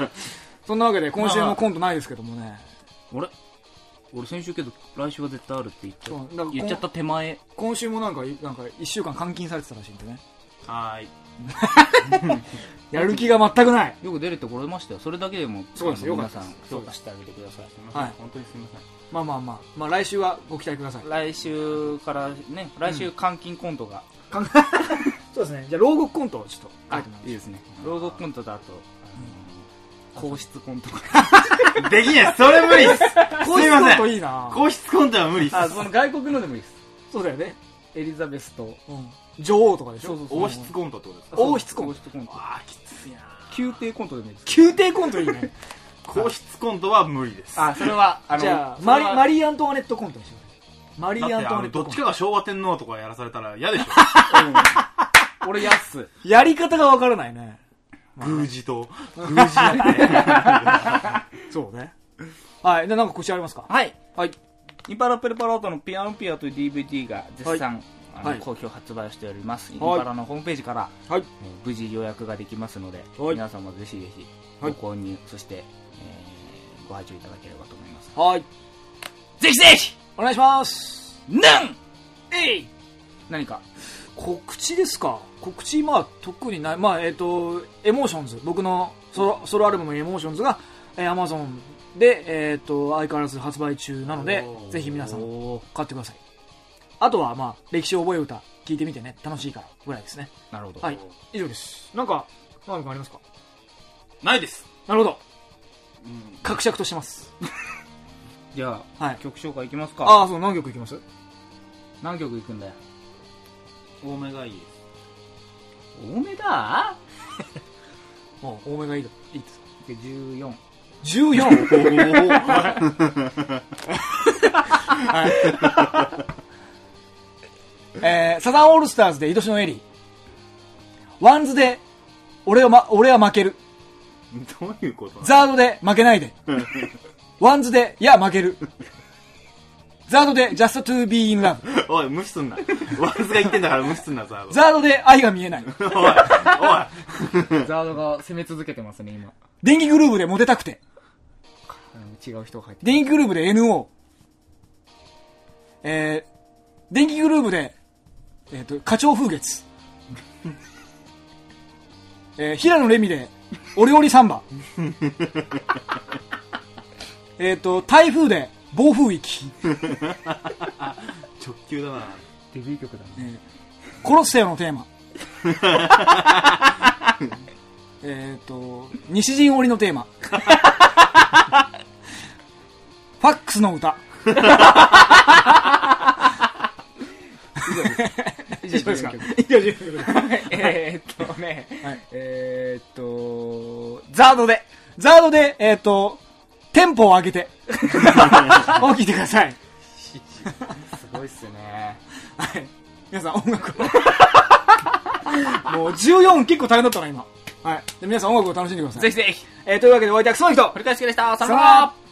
[SPEAKER 1] そんなわけで今週のコントないですけどもね。
[SPEAKER 2] 俺俺先週けど来週は絶対あるって言っちゃった言っちゃった手前。
[SPEAKER 1] 今週もなんかなんかいっしゅうかん監禁されてたらしいんでね。
[SPEAKER 3] はーい。
[SPEAKER 1] やる気が全くない。
[SPEAKER 2] よく出れてこれましたよ。それだけでも
[SPEAKER 1] そうですよ。
[SPEAKER 2] 皆さん評価してあげてください。
[SPEAKER 1] はい。
[SPEAKER 3] 本当にすみません。
[SPEAKER 1] まあまあまあまあ来週はご期待ください。
[SPEAKER 2] 来週からね来週監禁コントが。
[SPEAKER 1] うん、そうですね。じゃあ牢獄コントをちょっと書いてもらって
[SPEAKER 2] いいですね。牢獄コントとあと。皇室コント
[SPEAKER 3] できない。それ無理です。
[SPEAKER 1] 皇室コントいいな。
[SPEAKER 3] 皇室コントは無理です。
[SPEAKER 2] あ、その外国のでもいいです。
[SPEAKER 1] そうだよね。
[SPEAKER 2] エリザベスと、
[SPEAKER 1] うん、女王とかでしょ。
[SPEAKER 3] そうそうそう王室コントってことですか。
[SPEAKER 1] 王室コント。
[SPEAKER 3] ああきついな。
[SPEAKER 2] 宮廷コントでもいいです。
[SPEAKER 1] 宮廷コントいいね。
[SPEAKER 3] 皇室コントは無理です。
[SPEAKER 2] あ、それはあの
[SPEAKER 1] じゃあマリマリー・アントワネットコントでしょ。マリー・アントワネットコント。
[SPEAKER 3] どっちかが昭和天皇とかやらされたら嫌でしょ。
[SPEAKER 2] うん、俺やっす。
[SPEAKER 1] やり方がわからないね。
[SPEAKER 3] 宮司と宮司やって
[SPEAKER 1] そうね。はい。でなんか告知ありますか？
[SPEAKER 2] はい
[SPEAKER 1] はい。
[SPEAKER 2] インパラプレパラートのピアノピアという ディーブイディー が絶賛、はい、あの、はい、好評発売しております。インパラのホームページから、はい、えー、無事予約ができますので、はい、皆さんもぜひぜひご購入、はい、そして、えー、ご拝聴いただければと思います。
[SPEAKER 1] はい。
[SPEAKER 2] ぜひぜひ
[SPEAKER 1] お願いします。
[SPEAKER 2] なんえい何か
[SPEAKER 1] 告知ですか？告知、まあ特にない。まあえっ、ー、とエモーションズ、僕のソロソロアルバムのエモーションズが、えー、Amazon でえっ、ー、と相変わらず発売中なので、ぜひ皆さん買ってください。あとはまあ歴史を覚え歌聞いてみてね、楽しいからぐらいですね。
[SPEAKER 2] なるほど。
[SPEAKER 1] はい、以上です。なんか何かありますか？
[SPEAKER 3] ないです。
[SPEAKER 1] なるほど。うん、確釈としてます。
[SPEAKER 2] じゃあ、はい、曲紹介いきますか。
[SPEAKER 1] ああ、そう、何曲いきます？
[SPEAKER 2] 何曲いくんだよ。
[SPEAKER 3] 多めがいいです。
[SPEAKER 2] 多めだ
[SPEAKER 1] 多めがいいといいですか。
[SPEAKER 2] じゅうよん。
[SPEAKER 1] じゅうよん。はい。えー、サザンオールスターズで愛しのエリー。ワンズで俺は、ま、俺は負ける。
[SPEAKER 3] どういうこと？
[SPEAKER 1] ザードで負けないで。ワンズでいや負ける。ザードで Just to be in love。
[SPEAKER 3] おい無視すんな。ワンズが言ってんだから無視すんな。ザード
[SPEAKER 1] ザードで愛が見えない。
[SPEAKER 3] おいおい
[SPEAKER 2] ザードが攻め続けてますね今。
[SPEAKER 1] 電気グルーヴでモテたくて。
[SPEAKER 2] 違う人が入ってる。
[SPEAKER 1] 電気グルーヴで エヌオー。えー、電気グルーヴでえっ、ー、と花鳥風月。えー、平野レミでオレオリサンバ。えっと台風で暴風域。
[SPEAKER 3] 直球だな。
[SPEAKER 2] デビュー曲だね。
[SPEAKER 1] えー、コロッセオのテーマ。えっと西陣織のテーマ。ファックスの歌。以上ですか。以上です。
[SPEAKER 2] えーっとね、
[SPEAKER 1] はい、
[SPEAKER 2] えーっとザードで
[SPEAKER 1] ザードでえー、っとテンポを上げてを聞いてください。
[SPEAKER 2] すごいっすね。
[SPEAKER 1] はい。皆さん音楽をもうじゅうよん結構大変だったな今。はい。で皆さん音楽を楽しんでください。
[SPEAKER 2] ぜひぜひ。
[SPEAKER 1] えー、というわけでお相手はクソの人
[SPEAKER 2] 堀川祐介でした。さよなら。